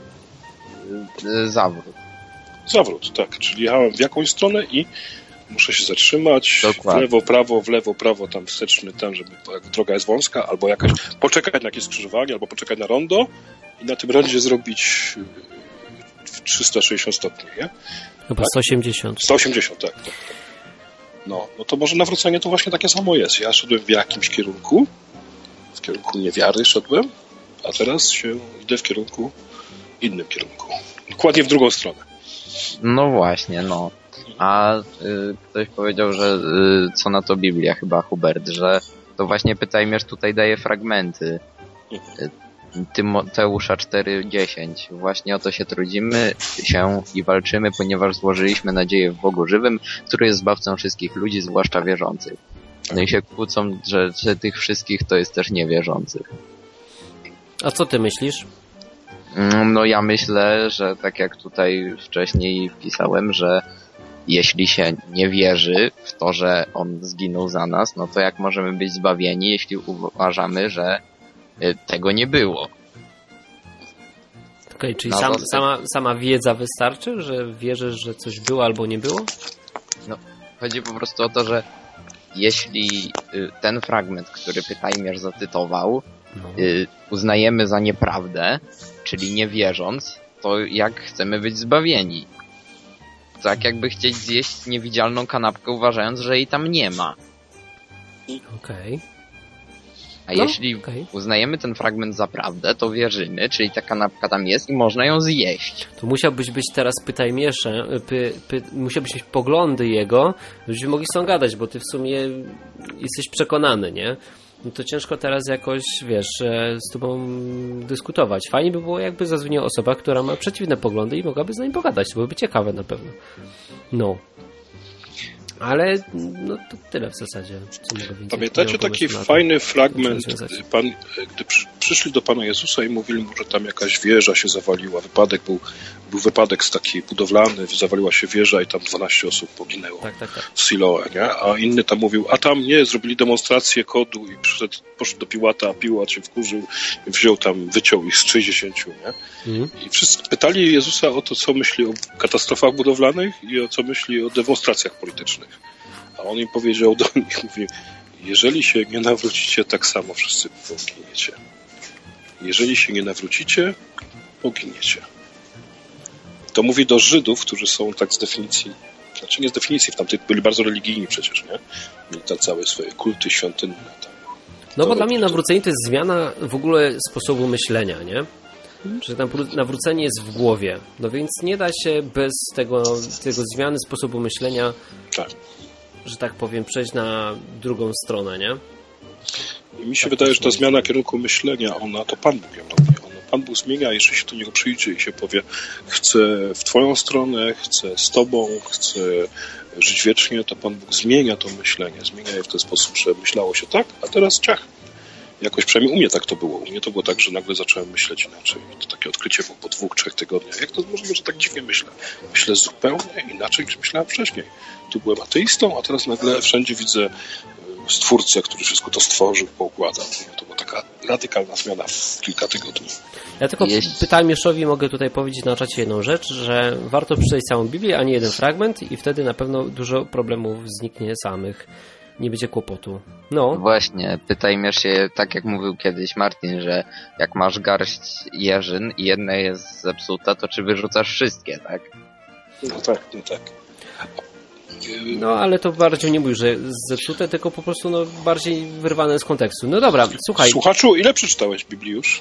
Zawrót. Zawrót, tak, czyli jechałem w jakąś stronę i muszę się zatrzymać, Dokładnie. w lewo, prawo, tam wsteczny, tam, żeby, jak droga jest wąska, albo jakaś, poczekać na jakieś skrzyżowanie, albo poczekać na rondo i na tym rondzie zrobić w 360 stopni, nie? Chyba 180. 180, tak. No to może nawrócenie to właśnie takie samo jest. Ja szedłem w jakimś kierunku, w kierunku niewiary szedłem, a teraz idę w kierunku, innym kierunku. Dokładnie w drugą stronę. No właśnie, no. A ktoś powiedział, że co na to Biblia, chyba Hubert, że to właśnie Pytajmierz tutaj daje fragmenty. Tymoteusza 4:10. Właśnie o to się trudzimy się i walczymy, ponieważ złożyliśmy nadzieję w Bogu żywym, który jest zbawcą wszystkich ludzi, zwłaszcza wierzących. No i się kłócą, że tych wszystkich to jest też niewierzących. A co ty myślisz? No ja myślę, że tak jak tutaj wcześniej wpisałem, że jeśli się nie wierzy w to, że on zginął za nas, no to jak możemy być zbawieni, jeśli uważamy, że tego nie było? Okej, czyli Na sama wiedza wystarczy, że wierzysz, że coś było albo nie było? No, chodzi po prostu o to, że jeśli ten fragment, który Pytajmierz zacytował, uznajemy za nieprawdę, czyli nie wierząc, to jak chcemy być zbawieni? Tak jakby chcieć zjeść niewidzialną kanapkę, uważając, że jej tam nie ma. Okej. A jeśli uznajemy ten fragment za prawdę, to wierzymy, czyli ta kanapka tam jest i można ją zjeść. To musiałbyś być teraz Pytajmierzem, musiałbyś mieć poglądy jego, żebyśmy mogli z tą gadać, bo ty w sumie jesteś przekonany, nie? no to ciężko teraz jakoś, wiesz, z tobą dyskutować. Fajnie by było, jakby zadzwoniła osoba, która ma przeciwne poglądy i mogłaby z nami pogadać. To byłoby ciekawe na pewno. No. Ale no to tyle w zasadzie. Co mogę więcej. Pamiętacie taki fajny fragment, gdy przyszli do Pana Jezusa i mówili mu, że tam jakaś wieża się zawaliła. Był wypadek z taki budowlany, zawaliła się wieża i tam 12 osób poginęło w Siloe, nie? A inny tam mówił, a tam nie, zrobili demonstrację kodu i poszedł do Piłata, a Piłat się wkurzył i wziął tam, wyciął ich z 60, nie? I wszyscy pytali Jezusa o to, co myśli o katastrofach budowlanych i o co myśli o demonstracjach politycznych. A on im powiedział do nich, mówi, jeżeli się nie nawrócicie, tak samo wszyscy poginiecie. Jeżeli się nie nawrócicie, poginiecie. To mówi do Żydów, którzy są tak z definicji, znaczy nie z definicji, w tamtych byli bardzo religijni przecież, nie? Mieli tam całe swoje kulty świątynne. Tam. No bo dla mnie nawrócenie to jest zmiana w ogóle sposobu myślenia, nie? Że nawrócenie jest w głowie. No więc nie da się bez tego zmiany sposobu myślenia, że tak powiem, przejść na drugą stronę, nie? I mi się wydaje, że ta zmiana kierunku myślenia, to Pan Bóg ją robi. Pan Bóg zmienia, jeżeli się do Niego przyjdzie i się powie, chcę w Twoją stronę, chcę z Tobą, chcę żyć wiecznie, to Pan Bóg zmienia to myślenie. Zmienia je w ten sposób, że myślało się tak, a teraz ciach. Jakoś przynajmniej u mnie tak to było. U mnie to było tak, że nagle zacząłem myśleć inaczej. To takie odkrycie było po 2-3 tygodniach. Jak to możliwe, że tak dziwnie myślę? Myślę zupełnie inaczej, niż myślałem wcześniej. Tu byłem ateistą, a teraz nagle wszędzie widzę Stwórcę, który wszystko to stworzył, poukładał. To była taka radykalna zmiana w kilka tygodni. Ja tylko pytałem Mieszowi, mogę tutaj powiedzieć na czacie jedną rzecz, że warto przeczytać całą Biblię, a nie jeden fragment i wtedy na pewno dużo problemów zniknie samych. Nie będzie kłopotu. No. Właśnie, pytajmy się, tak jak mówił kiedyś Martin, że jak masz garść jeżyn i jedna jest zepsuta, to czy wyrzucasz wszystkie, tak? No tak. No, ale to bardziej nie mówię, że zepsute, tylko po prostu bardziej wyrwane z kontekstu. No dobra, słuchaj. Słuchaczu, ile przeczytałeś Biblii już?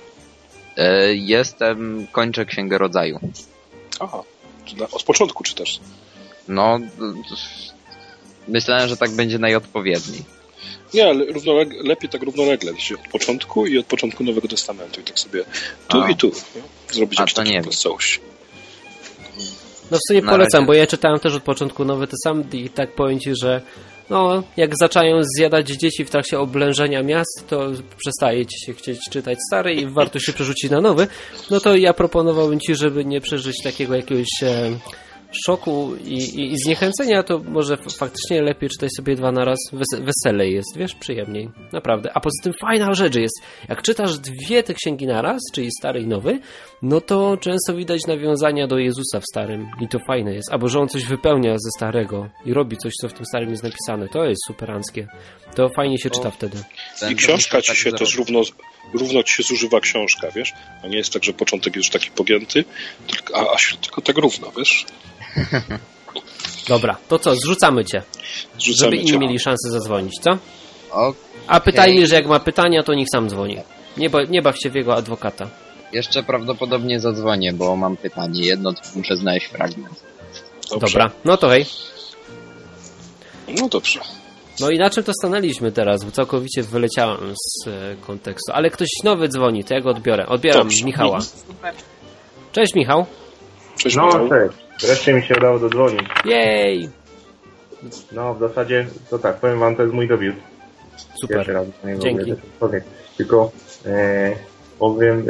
Kończę Księgę Rodzaju. Aha, od początku czytasz? No, myślałem, że tak będzie najodpowiedniej. Nie, ale lepiej tak równolegle, od początku i od początku Nowego Testamentu i tak sobie i tu, nie? Zrobić jakiś taki obraz całości. No w sumie polecam, bo ja czytałem też od początku Nowy Testament i tak powiem Ci, że jak zaczynają zjadać dzieci w trakcie oblężenia miast, to przestaje Ci się chcieć czytać stary i warto się przerzucić na nowy. No to ja proponowałbym Ci, żeby nie przeżyć takiego jakiegoś szoku i zniechęcenia, to może faktycznie lepiej czytać sobie 2 na raz, weselej jest, wiesz, przyjemniej, naprawdę. A poza tym fajna rzecz jest, jak czytasz 2 te księgi na raz, czyli stary i nowy, no to często widać nawiązania do Jezusa w starym i to fajne jest, albo że on coś wypełnia ze starego i robi coś, co w tym starym jest napisane, to jest superanckie, to fajnie się czyta wtedy. I książka ci się też równo ci się zużywa książka, wiesz, a nie jest tak, że początek jest taki pogięty, tylko tak równo, wiesz. Dobra, to co, zrzucamy cię. Żeby inni mieli szansę zadzwonić, co? Okay. A pytajmy, że jak ma pytania, to niech sam dzwoni. Nie baw się w jego adwokata. Jeszcze prawdopodobnie zadzwonię, bo mam pytanie. Jedno, to muszę znaleźć fragment. Dobra, no to hej. No dobrze. No i na czym to stanęliśmy teraz? Bo całkowicie wyleciałem z kontekstu. Ale ktoś nowy dzwoni, to ja go odbiorę. Odbieram Michała. Super. Cześć Michał. Cześć Michał. Cześć. Wreszcie mi się udało dodzwonić. Jej! No w zasadzie to tak, powiem wam, to jest mój debiut. Super, raz, dzięki. Tylko powiem,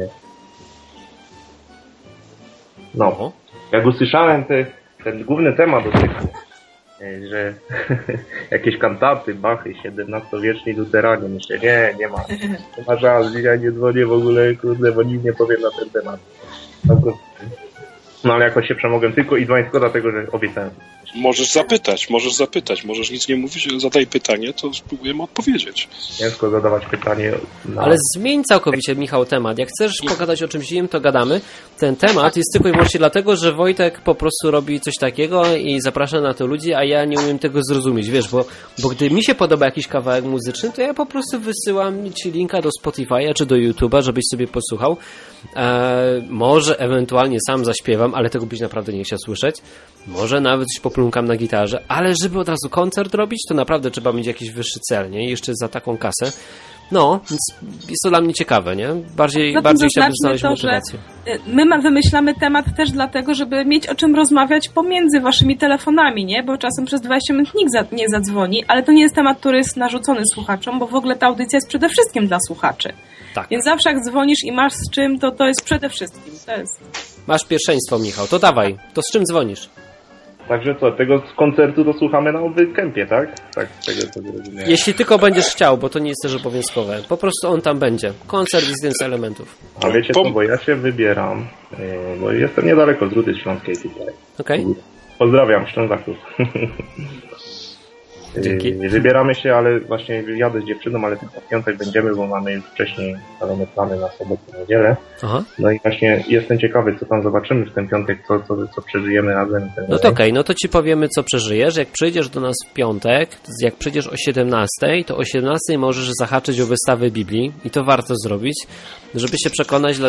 jak usłyszałem ten główny temat o tym, że jakieś kantaty, Bachy, XVII-wieczni luteranie, myślę, nie ma żal, dzisiaj nie dzwonię w ogóle, kurde, bo nic nie powiem na ten temat. No ale jakoś się przemogłem tylko i dzwonię tylko dlatego, że obiecałem. Możesz zapytać, możesz nic nie mówić, zadaj pytanie, to spróbujemy odpowiedzieć. Ciężko zadawać pytanie. Ale zmień całkowicie, Michał, temat. Jak chcesz pogadać o czymś innym, to gadamy. Ten temat jest tylko i wyłącznie dlatego, że Wojtek po prostu robi coś takiego i zaprasza na to ludzi, a ja nie umiem tego zrozumieć, wiesz, bo gdy mi się podoba jakiś kawałek muzyczny, to ja po prostu wysyłam ci linka do Spotify'a czy do YouTube'a, żebyś sobie posłuchał. Może ewentualnie sam zaśpiewam, zaśpiewam, ale tego byś naprawdę nie chciał słyszeć. Może nawet coś poplunkam na gitarze, ale żeby od razu koncert robić, to naprawdę trzeba mieć jakiś wyższy cel, nie? Jeszcze za taką kasę. No, więc jest to dla mnie ciekawe, nie? Bardziej chciałbym znaleźć motywację. My wymyślamy temat też dlatego, żeby mieć o czym rozmawiać pomiędzy waszymi telefonami, nie? Bo czasem przez 20 minut nikt nie zadzwoni, ale to nie jest temat, który jest narzucony słuchaczom, bo w ogóle ta audycja jest przede wszystkim dla słuchaczy. Tak. Więc zawsze jak dzwonisz i masz z czym, to jest przede wszystkim. To jest... Masz pierwszeństwo, Michał, to dawaj. To z czym dzwonisz? Także co, tego z koncertu to słuchamy na Oldykempie, tak? Tak, z tego co zrozumiałem. Jeśli tylko będziesz chciał, bo to nie jest też obowiązkowe. Po prostu on tam będzie. Koncert jest jeden z elementów. A wiecie co, bo ja się wybieram, bo jestem niedaleko z Rudy Śląskiej tutaj. Okej. Pozdrawiam Ślązaków. Dzięki. Wybieramy się, ale właśnie jadę z dziewczyną, ale tylko w piątek będziemy, bo mamy już wcześniej ustalone plany na sobotę, niedzielę. Aha. No i właśnie jestem ciekawy, co tam zobaczymy w ten piątek, co przeżyjemy razem. No to okej, no to ci powiemy, co przeżyjesz. Jak przyjdziesz do nas w piątek, jak przyjdziesz o 17:00, to o 17:00 możesz zahaczyć o wystawę Biblii i to warto zrobić, żeby się przekonać,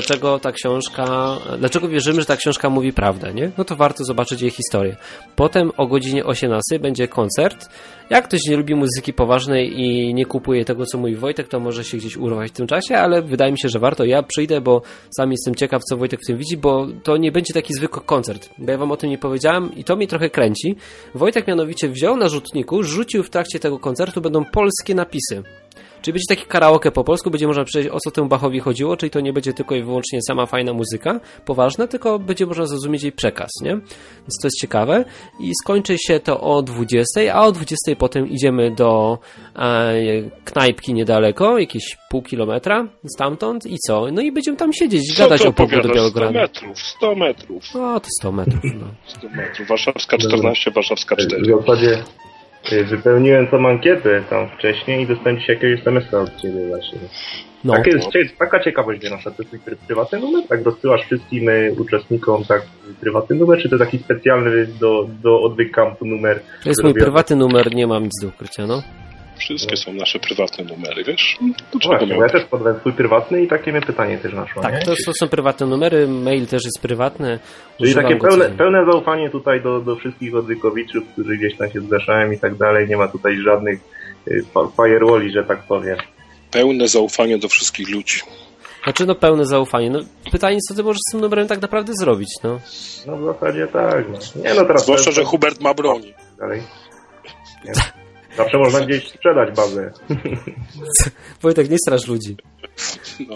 dlaczego wierzymy, że ta książka mówi prawdę, nie? No to warto zobaczyć jej historię. Potem o godzinie 18:00 będzie koncert. Jak ktoś nie lubi muzyki poważnej i nie kupuje tego, co mówi Wojtek, to może się gdzieś urwać w tym czasie, ale wydaje mi się, że warto. Ja przyjdę, bo sam jestem ciekaw, co Wojtek w tym widzi, bo to nie będzie taki zwykły koncert, bo ja wam o tym nie powiedziałem i to mnie trochę kręci. Wojtek mianowicie wziął na rzutniku, rzucił w trakcie tego koncertu, będą polskie napisy. Czyli będzie taki karaoke po polsku, będzie można przejść, o co temu Bachowi chodziło, czyli to nie będzie tylko i wyłącznie sama fajna muzyka, poważna, tylko będzie można zrozumieć jej przekaz, nie? Więc to jest ciekawe. I skończy się to o 20:00, a o 20:00 potem idziemy do knajpki niedaleko, jakieś pół kilometra stamtąd i co? No i będziemy tam siedzieć, gadać o pogodzie Białogradu. 100 metrów. O, to 100 metrów, no. 100 metrów. Warszawska 14, Warszawska 4. W zasadzie wypełniłem tą ankietę tam wcześniej i dostałem dzisiaj jakiegoś SMS-a od ciebie właśnie. No. Taka ciekawość, że na przykład to jest twój prywatny numer, tak rozsyłasz wszystkim uczestnikom tak prywatny numer, czy to taki specjalny do Odwyk Campu numer? To jest mój prywatny numer, nie mam nic do ukrycia, no. Wszystkie są nasze prywatne numery, wiesz? Właśnie, bo ja też podałem swój prywatny i takie mnie pytanie też naszło. Tak, to są prywatne numery, mail też jest prywatny. Czyli takie pełne zaufanie tutaj do wszystkich odwykowiczów, którzy gdzieś tam się zgłaszają i tak dalej. Nie ma tutaj żadnych firewalli, że tak powiem. Pełne zaufanie do wszystkich ludzi. Znaczy, no pełne zaufanie. No, pytanie, co ty możesz z tym numerem tak naprawdę zrobić, no? No w zasadzie tak. No. Nie, no teraz zwłaszcza, że Hubert ma broni. Dalej. Nie. Zawsze można gdzieś sprzedać bazę. Wojtek, nie strasz ludzi. No.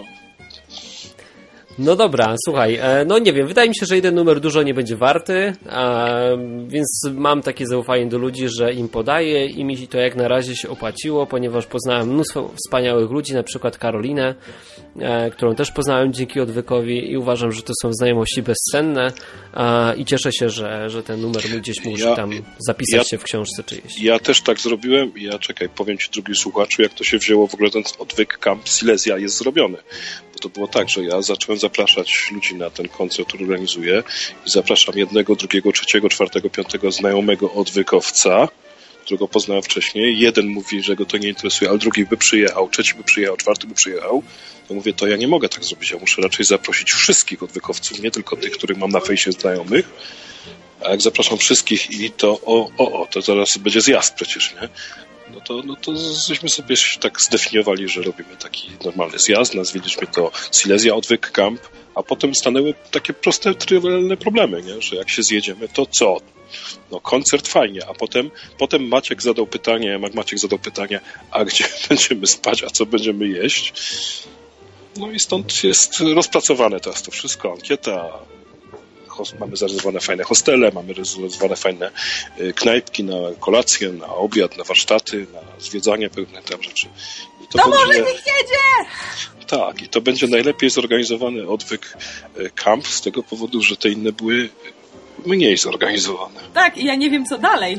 No dobra, słuchaj, no nie wiem, wydaje mi się, że jeden numer dużo nie będzie warty, więc mam takie zaufanie do ludzi, że im podaję i mi to jak na razie się opłaciło, ponieważ poznałem mnóstwo wspaniałych ludzi, na przykład Karolinę, którą też poznałem dzięki Odwykowi i uważam, że to są znajomości bezcenne i cieszę się, że ten numer mój gdzieś musi tam zapisać się w książce czyjeś. Ja też tak zrobiłem i powiem ci, drugi słuchaczu, jak to się wzięło w ogóle ten Odwyk Camp Silesia jest zrobiony. Bo to było tak, że ja zacząłem zapraszać ludzi na ten koncert, który organizuję i zapraszam jednego, drugiego, trzeciego, czwartego, piątego znajomego odwykowca, którego poznałem wcześniej. Jeden mówi, że go to nie interesuje, ale drugi by przyjechał, trzeci by przyjechał, czwarty by przyjechał. To mówię, to ja nie mogę tak zrobić, ja muszę raczej zaprosić wszystkich odwykowców, nie tylko tych, których mam na fejsie znajomych. A jak zapraszam wszystkich i to to zaraz będzie zjazd przecież, nie? No to żeśmy sobie tak zdefiniowali, że robimy taki normalny zjazd, nazwaliśmy to Silesia Odwyk Camp, a potem stanęły takie proste, trywialne problemy, nie? Że jak się zjedziemy, to co? No koncert fajnie, a potem Maciek zadał pytanie, a gdzie będziemy spać, a co będziemy jeść? No i stąd jest rozpracowane teraz to wszystko, ankieta, mamy zarezerwowane fajne hostele, mamy zarezerwowane fajne knajpki na kolację, na obiad, na warsztaty, na zwiedzanie pewnych tam rzeczy. I to może niech jedzie! Tak, i to będzie najlepiej zorganizowany Odwyk Camp z tego powodu, że te inne były mniej zorganizowane. Tak, i ja nie wiem co dalej.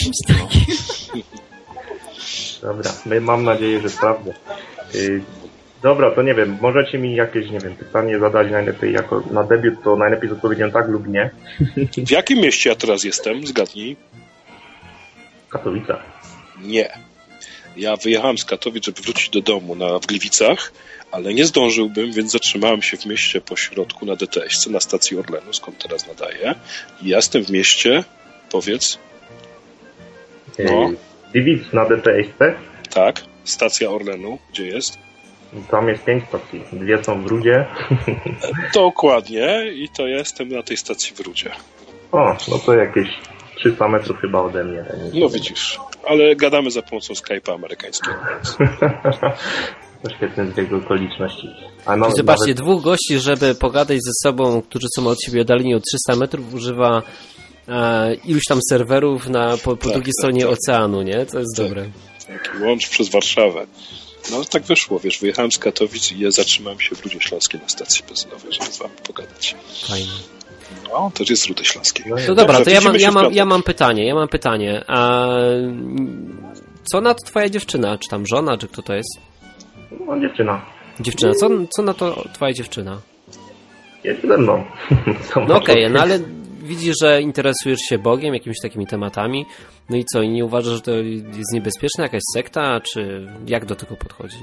Dobra, mam nadzieję, że sprawdzę. Dobra, to nie wiem, możecie mi jakieś, pytanie zadać najlepiej jako na debiut, to najlepiej z odpowiedzią tak lub nie. W jakim mieście ja teraz jestem? Zgadnij. Katowice. Nie. Ja wyjechałem z Katowic, żeby wrócić do domu w Gliwicach, ale nie zdążyłbym, więc zatrzymałem się w mieście po środku na DTS, na stacji Orlenu, skąd teraz nadaję. I ja jestem w mieście, powiedz. No. Gliwic na DTS? Tak, stacja Orlenu, gdzie jest? Tam jest 5 stacji, 2 są w Rudzie. Dokładnie, i to ja jestem na tej stacji w Rudzie. O, no to jakieś 300 metrów chyba ode mnie. No widzisz, ale gadamy za pomocą Skype'a amerykańskiego. To świetny zbieg okoliczności. I zobaczcie, dwóch gości, żeby pogadać ze sobą, którzy są od siebie oddaleni o 300 metrów, używa iluś tam serwerów po drugiej stronie oceanu, nie? To jest dobre. Tak, łącz przez Warszawę. No tak wyszło, wiesz, wyjechałem z Katowic i ja zatrzymałem się w Rudzie Śląskiej na stacji benzynowej, żeby z wami pogadać. Fajnie. No, też jest Rudy Śląskiej. No dobra, to ja mam pytanie. A co na to twoja dziewczyna? Czy tam żona, czy kto to jest? No, dziewczyna. Dziewczyna, co na to twoja dziewczyna? Jest ze mną. No okej, no ale widzisz, że interesujesz się Bogiem, jakimiś takimi tematami, no i co, i nie uważasz, że to jest niebezpieczna jakaś sekta, czy jak do tego podchodzi?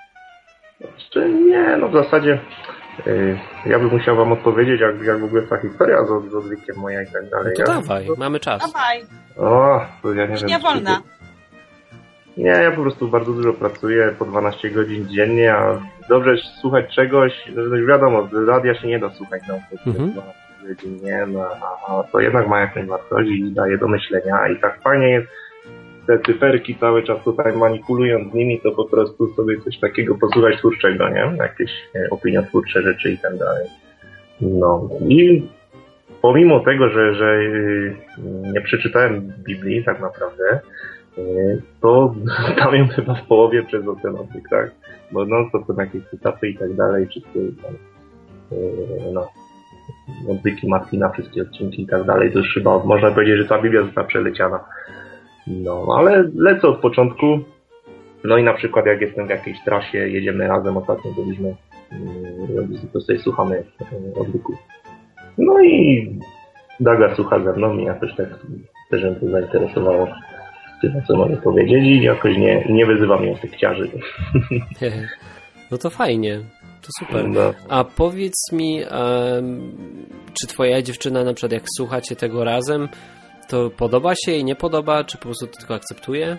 Nie, no w zasadzie ja bym musiał wam odpowiedzieć, jak w ogóle ta historia z odwykiem moja i tak dalej. No to dawaj, mamy czas. Dawaj. O, to ja nie wiem. Nie wolna. Nie, ja po prostu bardzo dużo pracuję, po 12 godzin dziennie, a dobrze słuchać czegoś, wiadomo, z radia się nie da słuchać na 12 godzin, nie, no, a to jednak ma jakąś wartość i daje do myślenia i tak fajnie jest te cyferki cały czas tutaj manipulując z nimi, to po prostu sobie coś takiego posłuchać twórczego, nie? Jakieś opiniotwórcze rzeczy i tak dalej. No i pomimo tego, że nie przeczytałem Biblii tak naprawdę, to tam ją chyba w połowie przez oceanotyk, tak? Bo no to są jakieś cytaty i tak dalej, wszystkie tam, no, odwyki Martina, wszystkie odcinki i tak dalej, to już chyba można powiedzieć, że ta Biblia została przeleciana. No, ale lecę od początku. No i na przykład jak jestem w jakiejś trasie, jedziemy razem, ostatnio byliśmy, to sobie słuchamy odwyków. No i Daga słucha ze mną i jakoś tak też mnie to zainteresowało tym, co mogę powiedzieć i jakoś nie wyzywa mnie sekciarzy. No to fajnie, to super. No. A powiedz mi, czy twoja dziewczyna na przykład jak słuchacie tego razem, to podoba się jej, nie podoba, czy po prostu to tylko akceptuje?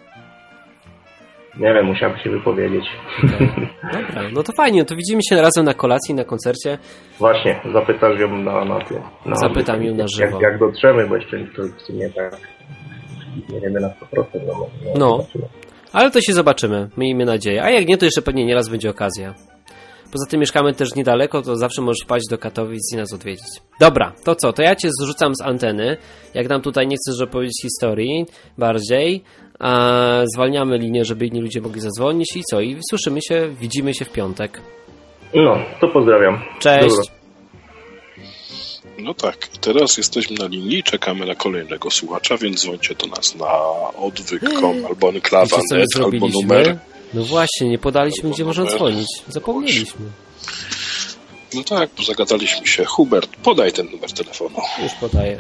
Nie wiem, musiałbym się wypowiedzieć. Okay. Dobra, no to fajnie, to widzimy się razem na kolacji, na koncercie. Właśnie, zapytasz ją na Zapytam ją na żywo. Jak dotrzemy, bo jeszcze to w sumie tak nie wiemy na 100%. No, ale to się zobaczymy, miejmy nadzieję. A jak nie, to jeszcze pewnie nieraz będzie okazja. Poza tym mieszkamy też niedaleko, to zawsze możesz wpaść do Katowic i nas odwiedzić. Dobra, to co? To ja cię zrzucam z anteny. Jak nam tutaj nie chcesz opowiedzieć historii bardziej, zwalniamy linię, żeby inni ludzie mogli zadzwonić i co? I słyszymy się, widzimy się w piątek. No, to pozdrawiam. Cześć. Dobra. No tak, teraz jesteśmy na linii, czekamy na kolejnego słuchacza, więc dzwońcie do nas na odwyk.com albo enklawa.net albo numer. No właśnie, nie podaliśmy, gdzie można dzwonić. Zapomnieliśmy. No tak, bo zagadaliśmy się. Hubert, podaj ten numer telefonu. Już podaję.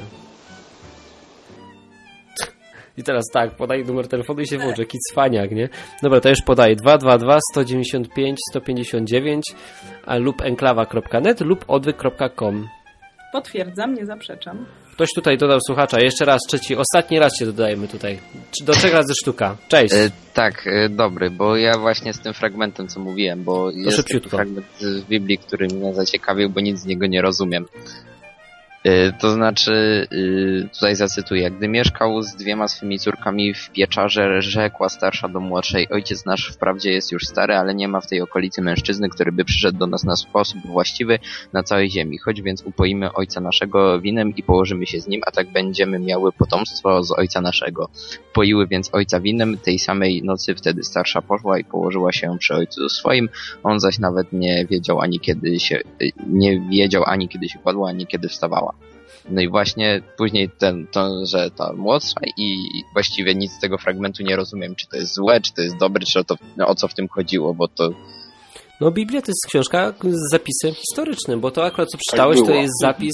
I teraz tak, podaj numer telefonu i się włączy. Jaki cwaniak, nie? Dobra, to już podaję. 222 195 159 lub enklawa.net lub odwyk.com. Potwierdzam, nie zaprzeczam. Ktoś tutaj dodał słuchacza. Jeszcze raz, ostatni raz cię dodajemy tutaj. Do 3 razy sztuka. Cześć. Tak, dobry, bo ja właśnie z tym fragmentem, co mówiłem, bo to jest szybciutko. fragment z Biblii, który mnie zaciekawił, bo nic z niego nie rozumiem. To znaczy, tutaj zacytuję, gdy mieszkał z 2 swymi córkami w pieczarze, rzekła starsza do młodszej, ojciec nasz wprawdzie jest już stary, ale nie ma w tej okolicy mężczyzny, który by przyszedł do nas na sposób właściwy na całej ziemi. Chodź więc upoimy ojca naszego winem i położymy się z nim, a tak będziemy miały potomstwo z ojca naszego. Poiły więc ojca winem, tej samej nocy wtedy starsza poszła i położyła się przy ojcu swoim, on zaś nawet nie wiedział ani kiedy się kładła, ani kiedy wstawała. No i właśnie później że ta młodsza i właściwie nic z tego fragmentu nie rozumiem, czy to jest złe, czy to jest dobre, czy o co w tym chodziło, bo to... No Biblia to jest książka z zapisem historycznym, bo to akurat co przeczytałeś, to jest zapis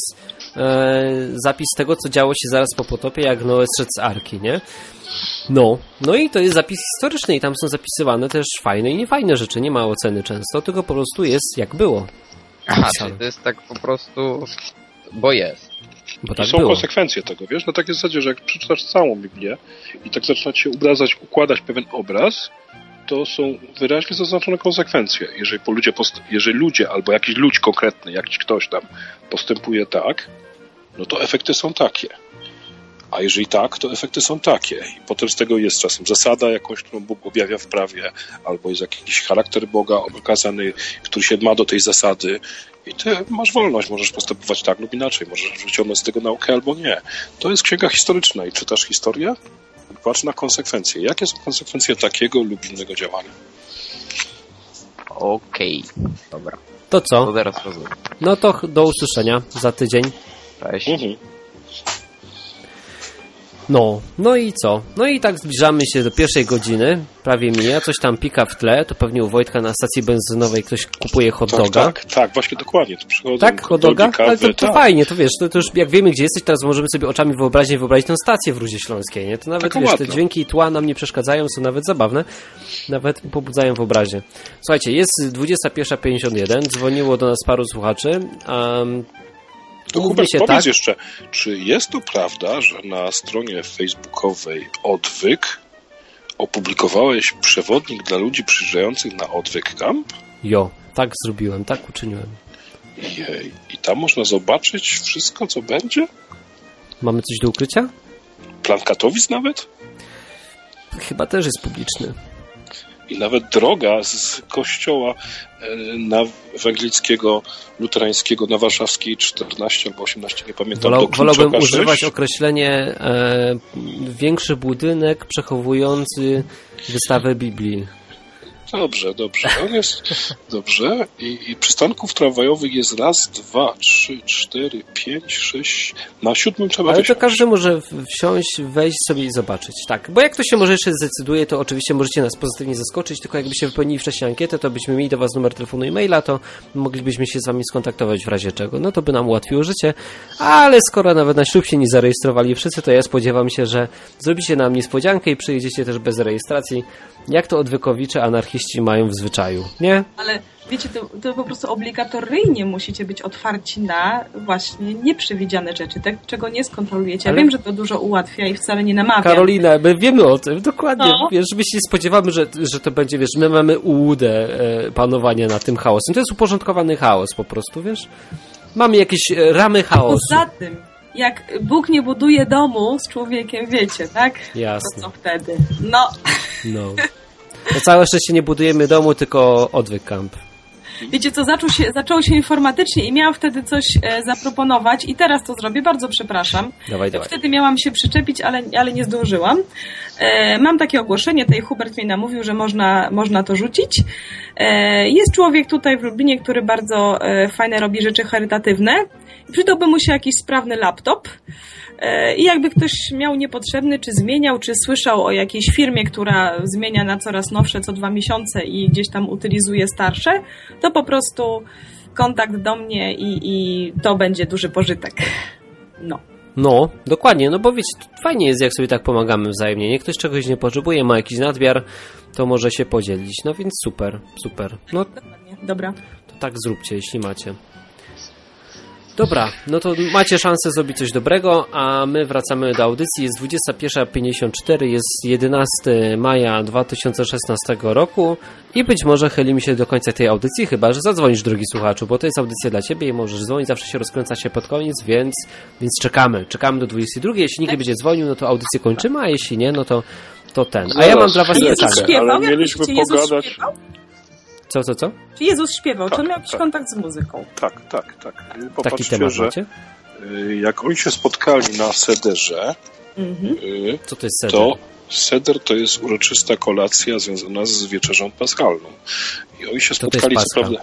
zapis tego, co działo się zaraz po potopie, jak Noe zszedł z Arki, nie? No i to jest zapis historyczny i tam są zapisywane też fajne i niefajne rzeczy, nie ma oceny często, tylko po prostu jest jak było. Aha, czyli to jest tak po prostu, bo jest. Bo tak są było. konsekwencje tego, wiesz? Na takiej zasadzie, że jak przeczytasz całą Biblię i tak zaczyna się układać pewien obraz, to są wyraźnie zaznaczone konsekwencje. Jeżeli ludzie albo jakiś ludź konkretny, jakiś ktoś tam postępuje tak, no to efekty są takie. A jeżeli tak, to efekty są takie. I potem z tego jest czasem zasada jakąś, którą Bóg objawia w prawie, albo jest jakiś charakter Boga okazany, który się ma do tej zasady. I ty masz wolność, możesz postępować tak lub inaczej, możesz wyciągnąć z tego naukę albo nie. To jest księga historyczna i czytasz historię i patrz na konsekwencje. Jakie są konsekwencje takiego lub innego działania? Okej, dobra. To co? To teraz rozumiem. No to do usłyszenia za tydzień. Cześć. No i co? No i tak zbliżamy się do 1 godziny, prawie mija, coś tam pika w tle, to pewnie u Wojtka na stacji benzynowej ktoś kupuje hot doga. Tak, właśnie dokładnie. Tu przychodzą tak, hot doga? kawy, Ale to tak. fajnie, to wiesz, to już jak wiemy gdzie jesteś, teraz możemy sobie oczami wyobrazić tę stację w Rudzie Śląskiej, nie? To nawet, wiesz, te dźwięki i tła nam nie przeszkadzają, są nawet zabawne, nawet pobudzają wyobraźnię. Słuchajcie, jest 21:51, dzwoniło do nas paru słuchaczy, To Hubert, powiedz jeszcze, czy jest to prawda, że na stronie facebookowej Odwyk opublikowałeś przewodnik dla ludzi przyjeżdżających na Odwyk Camp? Jo, tak zrobiłem, tak uczyniłem. Jej, i tam można zobaczyć wszystko, co będzie? Mamy coś do ukrycia? Plan Katowic nawet? Chyba też jest publiczny. I nawet droga z kościoła ewangelickiego, luterańskiego na Warszawskiej 14 albo 18, nie pamiętam. Wolałbym używać określenie większy budynek przechowujący wystawę Biblii. Dobrze. On jest dobrze. I przystanków tramwajowych jest 1, 2, 3, 4, 5, 6. Na 7 trzeba Ale wysiąść. to każdy może wsiąść, wejść sobie i zobaczyć. Tak, bo jak ktoś się może jeszcze zdecyduje, to oczywiście możecie nas pozytywnie zaskoczyć, tylko jakbyście wypełnili wcześniej ankietę, to byśmy mieli do was numer telefonu i maila, to moglibyśmy się z wami skontaktować w razie czego. No to by nam ułatwiło życie, ale skoro nawet na ślub się nie zarejestrowali wszyscy, to ja spodziewam się, że zrobicie nam niespodziankę i przyjedziecie też bez rejestracji, jak to odwykowicze anarchiści mają w zwyczaju, nie? Ale wiecie, to po prostu obligatoryjnie musicie być otwarci na właśnie nieprzewidziane rzeczy, tak, czego nie skontrolujecie. Ja wiem, że to dużo ułatwia i wcale nie namawiam. Karolina, my wiemy o tym, dokładnie. No. Wiesz, my się spodziewamy, że to będzie, wiesz, my mamy ułudę panowania nad tym chaosem. To jest uporządkowany chaos po prostu, wiesz? Mamy jakieś ramy chaosu. Poza tym, jak Bóg nie buduje domu z człowiekiem, wiecie, tak? Jasne. To co wtedy? No. To całe szczęście nie budujemy domu, tylko Odwyk Camp. Wiecie co, zaczęło się informatycznie i miałam wtedy coś zaproponować i teraz to zrobię, bardzo przepraszam. Dawaj. Wtedy miałam się przyczepić, ale nie zdążyłam. Mam takie ogłoszenie, tutaj Hubert mnie namówił, że można to rzucić. Jest człowiek tutaj w Lublinie, który bardzo fajne robi rzeczy charytatywne. Przydałby mu się jakiś sprawny laptop. I jakby ktoś miał niepotrzebny, czy zmieniał, czy słyszał o jakiejś firmie, która zmienia na coraz nowsze co 2 miesiące i gdzieś tam utylizuje starsze, to po prostu kontakt do mnie i to będzie duży pożytek. No, dokładnie, no bo wiecie, fajnie jest, jak sobie tak pomagamy wzajemnie. Nie ktoś czegoś nie potrzebuje, ma jakiś nadmiar, to może się podzielić. No więc super. No, Dokładnie, dobra. to tak zróbcie, jeśli macie. Dobra, no to macie szansę zrobić coś dobrego, a my wracamy do audycji. Jest 21:54, jest 11 maja 2016 roku i być może chylimy się do końca tej audycji, chyba że zadzwonisz, drogi słuchaczu, bo to jest audycja dla ciebie i możesz dzwonić, zawsze się rozkręca się pod koniec, więc czekamy do 22. Jeśli nikt nie będzie dzwonił, no to audycję kończymy, a jeśli nie, no to ten. A ja mam dla was pytanie. Ale mieliśmy pogadać... Co? Czy Jezus śpiewał? Tak, czy on miał jakiś kontakt z muzyką? Tak. Taki temat macie? Jak oni się spotkali na sederze, Co to jest seder? to seder to jest uroczysta kolacja związana z wieczerzą paschalną. I oni się spotkali, co prawda...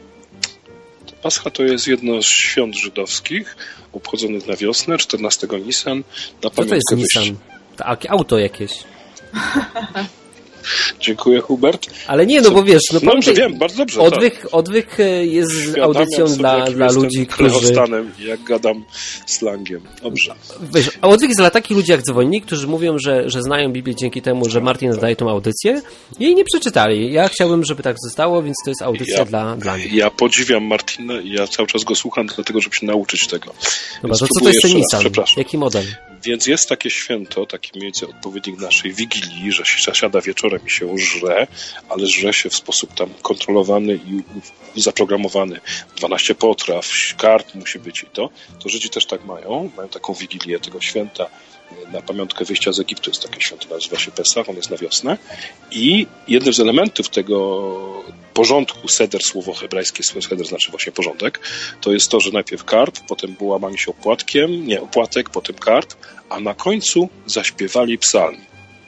Pascha to jest jedno z świąt żydowskich, obchodzonych na wiosnę, 14 Nisan. Co to jest Nisan? Auto jakieś. Dziękuję, Hubert. Ale nie, no bo wiesz... No, dobrze, wiem, bardzo dobrze. Odwyk jest audycją dla ludzi, którzy... jak gadam slangiem. Dobrze. Wiesz, odwyk jest dla takich ludzi jak Dzwonnik, którzy mówią, że znają Biblię dzięki temu, że Martin nadaje tą audycję i jej nie przeczytali. Ja chciałbym, żeby tak zostało, więc to jest audycja dla mnie. Ja podziwiam Martina i ja cały czas go słucham, dlatego żeby się nauczyć tego. Dobra, to co to jest ten Nissan? Jaki model? Więc jest takie święto, taki mniej więcej odpowiednik naszej Wigilii, że się siada wieczorem i się żre, ale żre się w sposób tam kontrolowany i zaprogramowany. 12 potraw, karp musi być i to. To Żydzi też tak mają taką Wigilię tego święta. Na pamiątkę wyjścia z Egiptu jest takie święto, nazywa się Pesach, on jest na wiosnę. I jednym z elementów tego porządku, seder, słowo hebrajskie, seder znaczy właśnie porządek, to jest to, że najpierw karp, potem było łamanie się opłatek, potem karp, a na końcu zaśpiewali psalm.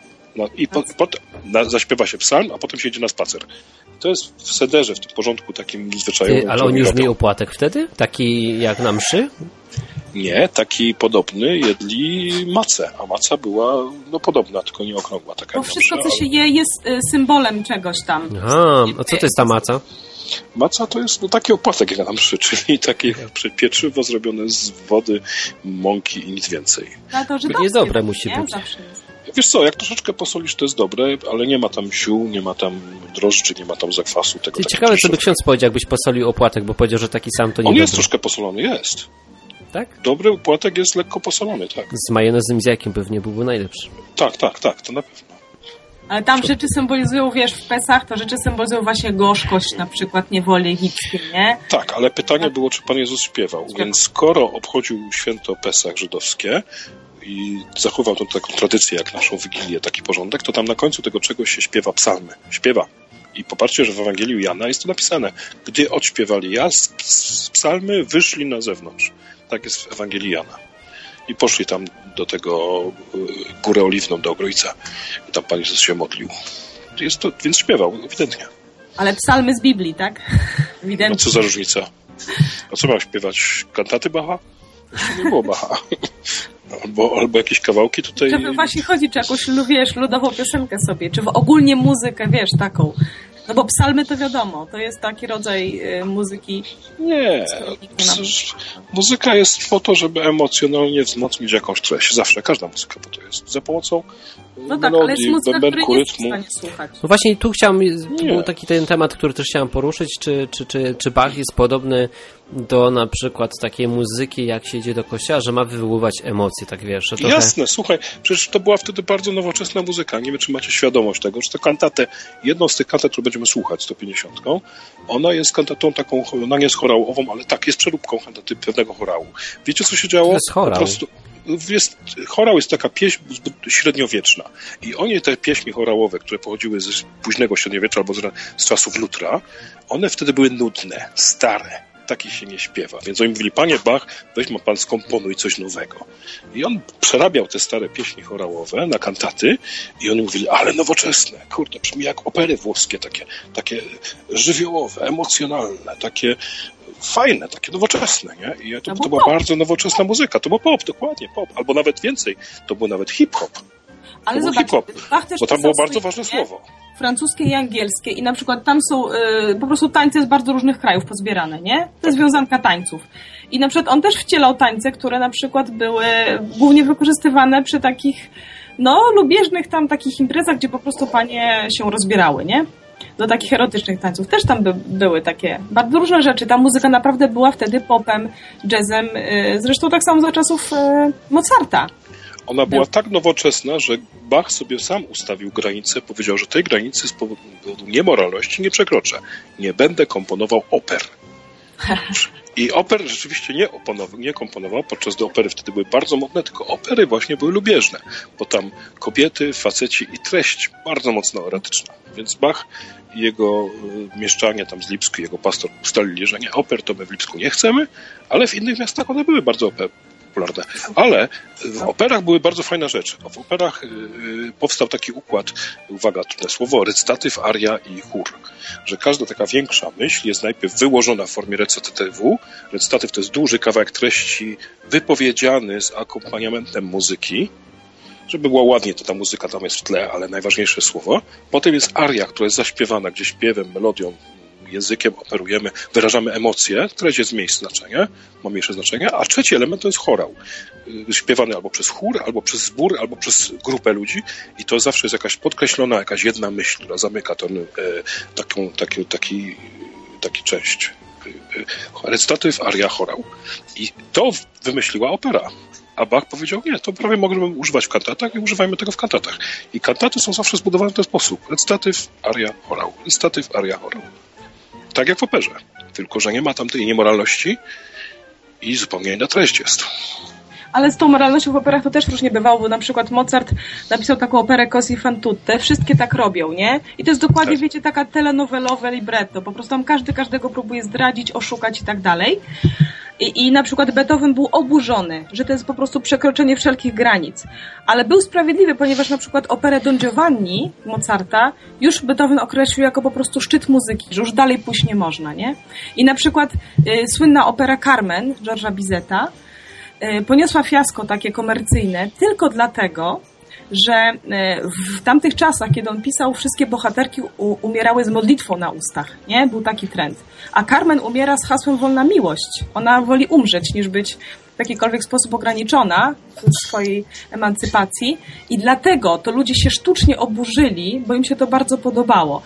Zaśpiewa się psalm, a potem się idzie na spacer. To jest w sederze, w tym porządku takim zwyczajowym. Ale oni już mieli opłatek wtedy? Taki jak na mszy? Nie, taki podobny jedli macę, a maca była podobna, tylko nie okrągła. Taka bo wszystko, co się je, jest symbolem czegoś tam. Aha, a co to jest ta maca? Maca to jest taki opłatek jak na mszy, czyli takie pieczywo zrobione z wody, mąki i nic więcej. To jest dobre, musi być. Wiesz co, jak troszeczkę posolisz, to jest dobre, ale nie ma tam ziół, nie ma tam drożdży, nie ma tam zakwasu. Tego ciekawe, co by ksiądz powiedział, jakbyś posolił opłatek, bo powiedział, że taki sam to nie. On jest troszkę posolony, jest. Tak? Dobry opłatek jest lekko posolony, tak. Z majonezem z jakiem pewnie byłby najlepszy. Tak, to na pewno. Ale tam rzeczy symbolizują, wiesz, w Pesach to rzeczy symbolizują właśnie gorzkość, na przykład niewoli egipskiej, nie? Tak, ale pytanie było, czy Pan Jezus śpiewał. Więc skoro obchodził święto Pesach żydowskie i zachował tą taką tradycję, jak naszą Wigilię, taki porządek, to tam na końcu tego czegoś się śpiewa psalmy. Śpiewa. I popatrzcie, że w Ewangelii Jana jest to napisane. Gdy odśpiewali psalmy, wyszli na zewnątrz. Tak jest w Ewangelii Jana. I poszli tam do tego Górę Oliwną, do Ojca. I tam Pan Jezus się modlił. Więc śpiewał, ewidentnie. Ale psalmy z Biblii, tak? Ewidentnie. No co za różnica? A co miał śpiewać? Kantaty Bacha? Jeszcze nie było Bacha. Albo jakieś kawałki tutaj... Czy właśnie chodzi, czy jakąś, wiesz, ludową piosenkę sobie, czy ogólnie muzykę, wiesz, taką. No bo psalmy to wiadomo, to jest taki rodzaj muzyki. Nie, muzyka jest po to, żeby emocjonalnie wzmocnić jakąś treść. Zawsze, każda muzyka po to jest. Za pomocą melodii, bębenku, rytmu. No właśnie tu był taki ten temat, który też chciałem poruszyć, czy Bach jest podobny do na przykład takiej muzyki, jak się idzie do kościoła, że ma wywoływać emocje, tak wiesz. Trochę... Jasne, słuchaj, przecież to była wtedy bardzo nowoczesna muzyka. Nie wiem, czy macie świadomość tego, że tę kantatę, jedną z tych kantat, którą będziemy słuchać, 150, ona jest kantatą taką, ona nie jest chorałową, ale tak, jest przeróbką kantaty pewnego chorału. Wiecie, co się działo? To jest chorał. Chorał jest taka pieśń średniowieczna i oni te pieśni chorałowe, które pochodziły z późnego średniowiecza albo z czasów Lutra, one wtedy były nudne, stare. Taki się nie śpiewa. Więc oni mówili, panie Bach, weź ma pan, skomponuj coś nowego. I on przerabiał te stare pieśni chorałowe na kantaty i oni mówili, ale nowoczesne, kurde, brzmi jak opery włoskie, takie żywiołowe, emocjonalne, takie fajne, takie nowoczesne, nie? I to była bardzo nowoczesna muzyka. To był pop, dokładnie pop. Albo nawet więcej, to był nawet hip-hop. Ale zobacz, Bach też bo tam było bardzo ważne słowo. Francuskie i angielskie i na przykład tam są po prostu tańce z bardzo różnych krajów pozbierane, nie? To jest wiązanka tańców. I na przykład on też wcielał tańce, które na przykład były głównie wykorzystywane przy takich, lubieżnych tam takich imprezach, gdzie po prostu panie się rozbierały, nie? Do takich erotycznych tańców. Też tam były takie bardzo różne rzeczy. Ta muzyka naprawdę była wtedy popem, jazzem, zresztą tak samo za czasów Mozarta. Ona była tak nowoczesna, że Bach sobie sam ustawił granicę, powiedział, że tej granicy z powodu niemoralności nie przekroczę. Nie będę komponował oper. I oper rzeczywiście nie komponował, podczas gdy opery wtedy były bardzo modne, tylko opery właśnie były lubieżne, bo tam kobiety, faceci i treść bardzo mocno erotyczna. Więc Bach i jego mieszczanie tam z Lipsku, jego pastor ustalili, że nie, oper to my w Lipsku nie chcemy, ale w innych miastach one były bardzo popularne. Ale w operach były bardzo fajne rzeczy. W operach powstał taki układ, uwaga, trudne słowo, recytatyw, aria i chór. Że każda taka większa myśl jest najpierw wyłożona w formie recytatywu. Recytatyw to jest duży kawałek treści wypowiedziany z akompaniamentem muzyki. żeby było ładnie, to ta muzyka tam jest w tle, ale najważniejsze słowo. Potem jest aria, która jest zaśpiewana, gdzie śpiewem, melodią, językiem operujemy, wyrażamy emocje, treść jest ma mniejsze znaczenie, a trzeci element to jest chorał. Śpiewany albo przez chór, albo przez zbór, albo przez grupę ludzi i to zawsze jest jakaś podkreślona, jakaś jedna myśl, która zamyka taki część. Recytatyw, aria, chorał. I to wymyśliła opera. A Bach powiedział, nie, to prawie możemy używać w kantatach i używajmy tego w kantatach. I kantaty są zawsze zbudowane w ten sposób. Recytatyw, aria, chorał. Recytatyw, aria, chorał. Tak jak w operze. Tylko że nie ma tam tej niemoralności i zupełnie inna treść jest. Ale z tą moralnością w operach to też różnie bywało, bo na przykład Mozart napisał taką operę Così fan tutte, wszystkie tak robią, nie? I to jest dokładnie, tak. Wiecie, taka telenowelowe libretto, po prostu tam każdego próbuje zdradzić, oszukać i tak dalej. I na przykład Beethoven był oburzony, że to jest po prostu przekroczenie wszelkich granic. Ale był sprawiedliwy, ponieważ na przykład operę Don Giovanni Mozarta już Beethoven określił jako po prostu szczyt muzyki, że już dalej pójść nie można, nie? I na przykład słynna opera Carmen Georgesa Bizeta poniosła fiasko takie komercyjne tylko dlatego, że w tamtych czasach, kiedy on pisał, wszystkie bohaterki umierały z modlitwą na ustach, nie? Był taki trend. A Carmen umiera z hasłem wolna miłość. Ona woli umrzeć, niż być w jakikolwiek sposób ograniczona w swojej emancypacji i dlatego to ludzie się sztucznie oburzyli, bo im się to bardzo podobało.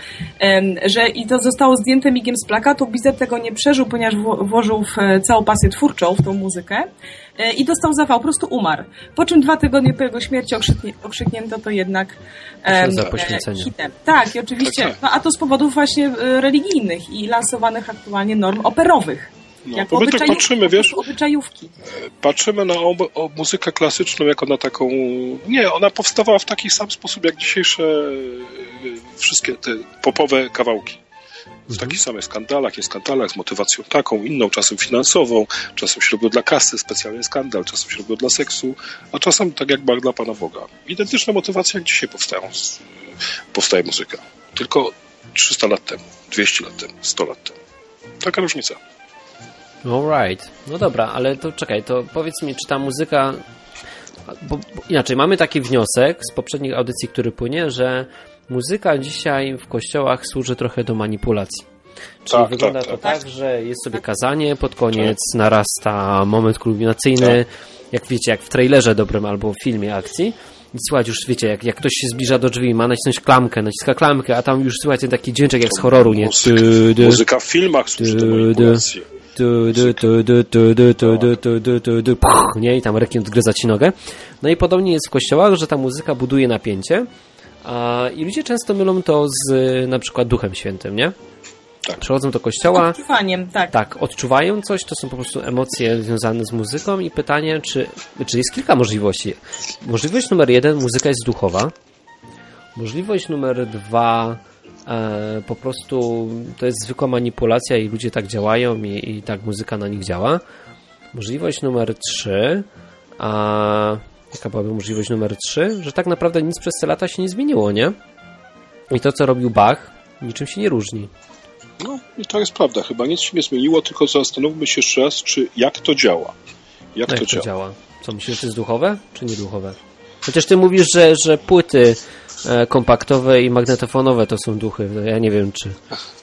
I to zostało zdjęte migiem z plakatu. Bizet tego nie przeżył, ponieważ włożył w całą pasję twórczą, w tą muzykę i dostał zawał, po prostu umarł. Po czym 2 tygodnie po jego śmierci okrzyknięto to jednak za poświęcenie. hitem. Tak, i oczywiście, Tak. No, a to z powodów właśnie religijnych i lansowanych aktualnie norm operowych. No, bo my tak patrzymy, wiesz, obyczajówki. patrzymy na muzykę klasyczną jako na taką... Nie, ona powstawała w taki sam sposób jak dzisiejsze wszystkie te popowe kawałki. W takich samych skandalach, z motywacją taką, inną, czasem finansową, czasem się robią dla kasy, specjalny skandal, czasem się robią dla seksu, a czasem tak jak Bach dla Pana Boga. Identyczne motywacje jak dzisiaj powstaje muzyka. Tylko 300 lat temu, 200 lat temu, 100 lat temu. Taka różnica. Alright. No dobra, ale to czekaj, to powiedz mi, czy ta muzyka... Bo inaczej, mamy taki wniosek z poprzednich audycji, który płynie, że muzyka dzisiaj w kościołach służy trochę do manipulacji. Czyli wygląda to tak, że jest sobie kazanie, pod koniec narasta moment kulminacyjny, jak wiecie, jak w trailerze dobrym albo w filmie akcji. I słuchać już, wiecie, jak ktoś się zbliża do drzwi, ma nacisnąć klamkę, naciska klamkę, a tam już słychać ten taki dźwięczek jak z horroru, nie? Muzyka w filmach służy do manipulacji. Nie? I tam rekin odgryza ci nogę. No i podobnie jest w kościołach, że ta muzyka buduje napięcie i ludzie często mylą to z na przykład Duchem Świętym, nie? Tak. Przychodzą do kościoła. Odczuwaniem, tak. Tak, odczuwają coś, to są po prostu emocje związane z muzyką i pytanie, czy jest kilka możliwości. Możliwość numer 1, muzyka jest duchowa. Możliwość numer 2, po prostu to jest zwykła manipulacja i ludzie tak działają i tak muzyka na nich działa. Możliwość numer 3, jaka byłaby możliwość numer 3? Że tak naprawdę nic przez te lata się nie zmieniło, nie? I to, co robił Bach, niczym się nie różni. No i to jest prawda, chyba nic się nie zmieniło, tylko zastanówmy się jeszcze raz, jak to działa. Jak to działa? Co, myślisz, że to jest duchowe, czy nieduchowe? Chociaż ty mówisz, że płyty kompaktowe i magnetofonowe to są duchy. No ja nie wiem, czy...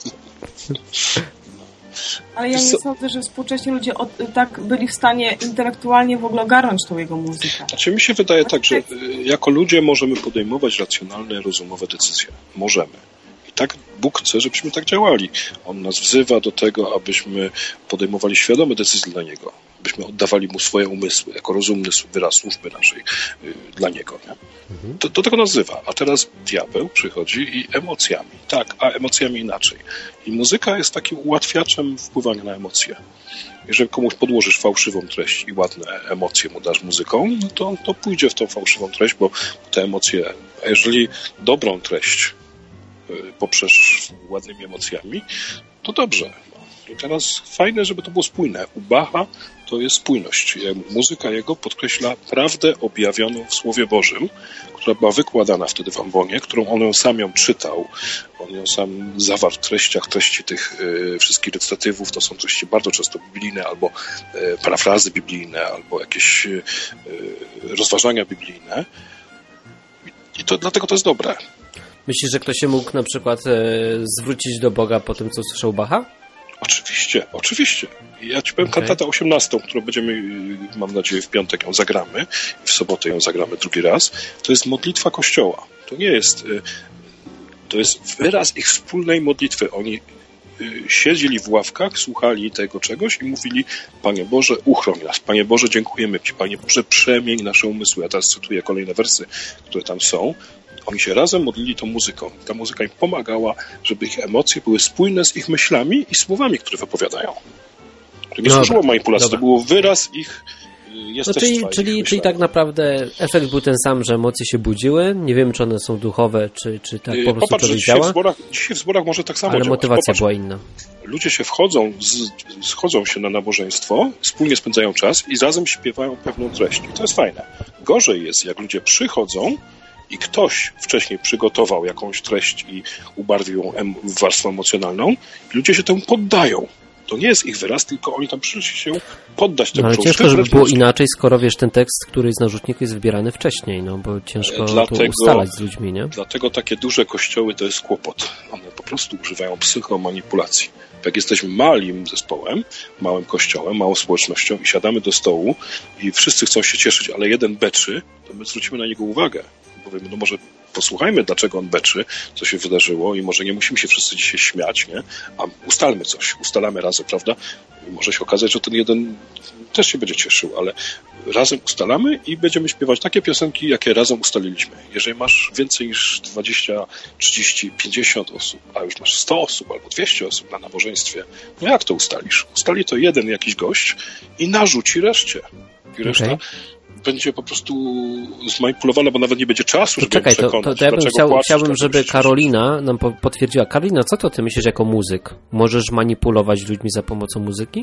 Ale ja nie sądzę, że współcześni ludzie tak byli w stanie intelektualnie w ogóle ogarnąć tą jego muzykę. Znaczy mi się wydaje tak, że jako ludzie możemy podejmować racjonalne, rozumowe decyzje. Możemy. I tak Bóg chce, żebyśmy tak działali. On nas wzywa do tego, abyśmy podejmowali świadome decyzje dla Niego. Byśmy oddawali Mu swoje umysły, jako rozumny wyraz służby naszej dla Niego. Nie? Do tego nas wzywa. A teraz diabeł przychodzi i emocjami. Tak, a emocjami inaczej. I muzyka jest takim ułatwiaczem wpływania na emocje. Jeżeli komuś podłożysz fałszywą treść i ładne emocje mu dasz muzyką, no to pójdzie w tą fałszywą treść, bo te emocje... A jeżeli dobrą treść poprzesz ładnymi emocjami, to dobrze. I teraz fajne, żeby to było spójne. U Bacha to jest spójność. Muzyka jego podkreśla prawdę objawioną w Słowie Bożym, która była wykładana wtedy w ambonie, którą on ją sam czytał. On ją sam zawarł w treści tych wszystkich recytatywów. To są treści bardzo często biblijne, albo parafrazy biblijne, albo jakieś rozważania biblijne. dlatego to jest dobre. Myślisz, że ktoś się mógł na przykład zwrócić do Boga po tym, co słyszał Bacha? Oczywiście. Ja ci powiem kantatę 18, którą będziemy, mam nadzieję, w piątek ją zagramy, w sobotę ją zagramy drugi raz. To jest modlitwa Kościoła. To jest wyraz ich wspólnej modlitwy. Oni siedzieli w ławkach, słuchali tego czegoś i mówili: Panie Boże, uchroń nas, Panie Boże, dziękujemy Ci, Panie Boże, przemień nasze umysły. Ja teraz cytuję kolejne wersy, które tam są. Oni się razem modlili tą muzyką. Ta muzyka im pomagała, żeby ich emocje były spójne z ich myślami i słowami, które wypowiadają. To nie służyło manipulacji, to było wyraz ich jestestwa. Czyli tak naprawdę efekt był ten sam, że emocje się budziły. Nie wiem, czy one są duchowe, czy tak po prostu człowiek działa. Dzisiaj w zborach może tak samo ale działać. Motywacja była inna. Ludzie się schodzą się na nabożeństwo, wspólnie spędzają czas i razem śpiewają pewną treść. I to jest fajne. Gorzej jest, jak ludzie przychodzą i ktoś wcześniej przygotował jakąś treść i ubarwił ją w warstwę emocjonalną i ludzie się temu poddają. To nie jest ich wyraz, tylko oni tam przyszli się poddać temu. Ale ciężko, żeby było inaczej, skoro wiesz, ten tekst, który jest na rzutniku, jest wybierany wcześniej, no bo ciężko to ustalać z ludźmi, nie? Dlatego takie duże kościoły to jest kłopot. One po prostu używają psychomanipulacji. Jak jesteśmy małym zespołem, małym kościołem, małą społecznością i siadamy do stołu i wszyscy chcą się cieszyć, ale jeden beczy, to my zwrócimy na niego uwagę. Powiemy, no może posłuchajmy, dlaczego on beczy, co się wydarzyło i może nie musimy się wszyscy dzisiaj śmiać, nie? A ustalmy coś, ustalamy razem, prawda? I może się okazać, że ten jeden też się będzie cieszył, ale razem ustalamy i będziemy śpiewać takie piosenki, jakie razem ustaliliśmy. Jeżeli masz więcej niż 20, 30, 50 osób, a już masz 100 osób albo 200 osób na nabożeństwie, no jak to ustalisz? Ustali to jeden jakiś gość i narzuci reszcie. I reszta będzie po prostu zmanipulowana, bo nawet nie będzie czasu, żeby czekaj, przekonać. To ja bym chciałbym, żeby Karolina nam potwierdziła. Karolina, co to ty myślisz jako muzyk? Możesz manipulować ludźmi za pomocą muzyki?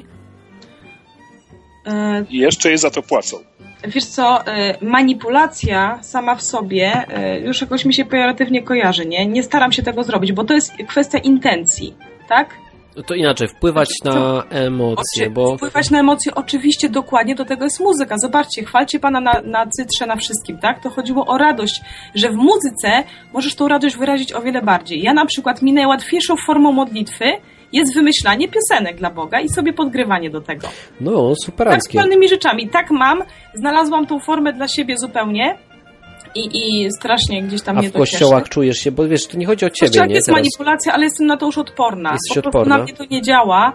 I jeszcze jej za to płacą. Wiesz co, manipulacja sama w sobie już jakoś mi się pejoratywnie kojarzy, nie? Nie staram się tego zrobić, bo to jest kwestia intencji, tak? To inaczej, wpływać na emocje, bo... Wpływać na emocje, oczywiście, dokładnie, do tego jest muzyka. Zobaczcie, chwalcie Pana na cytrze, na wszystkim, tak? To chodziło o radość, że w muzyce możesz tą radość wyrazić o wiele bardziej. Ja na przykład mi najłatwiejszą formą modlitwy jest wymyślanie piosenek dla Boga i sobie podgrywanie do tego. No, superanckie. Tak, z pełnymi rzeczami. Tak mam, znalazłam tą formę dla siebie zupełnie. I strasznie gdzieś tam mnie to cieszy. A w kościołach czujesz się, bo wiesz, to nie chodzi o ciebie, nie? Jest manipulacja, ale jestem na to już odporna. Jesteś po prostu na mnie to nie działa,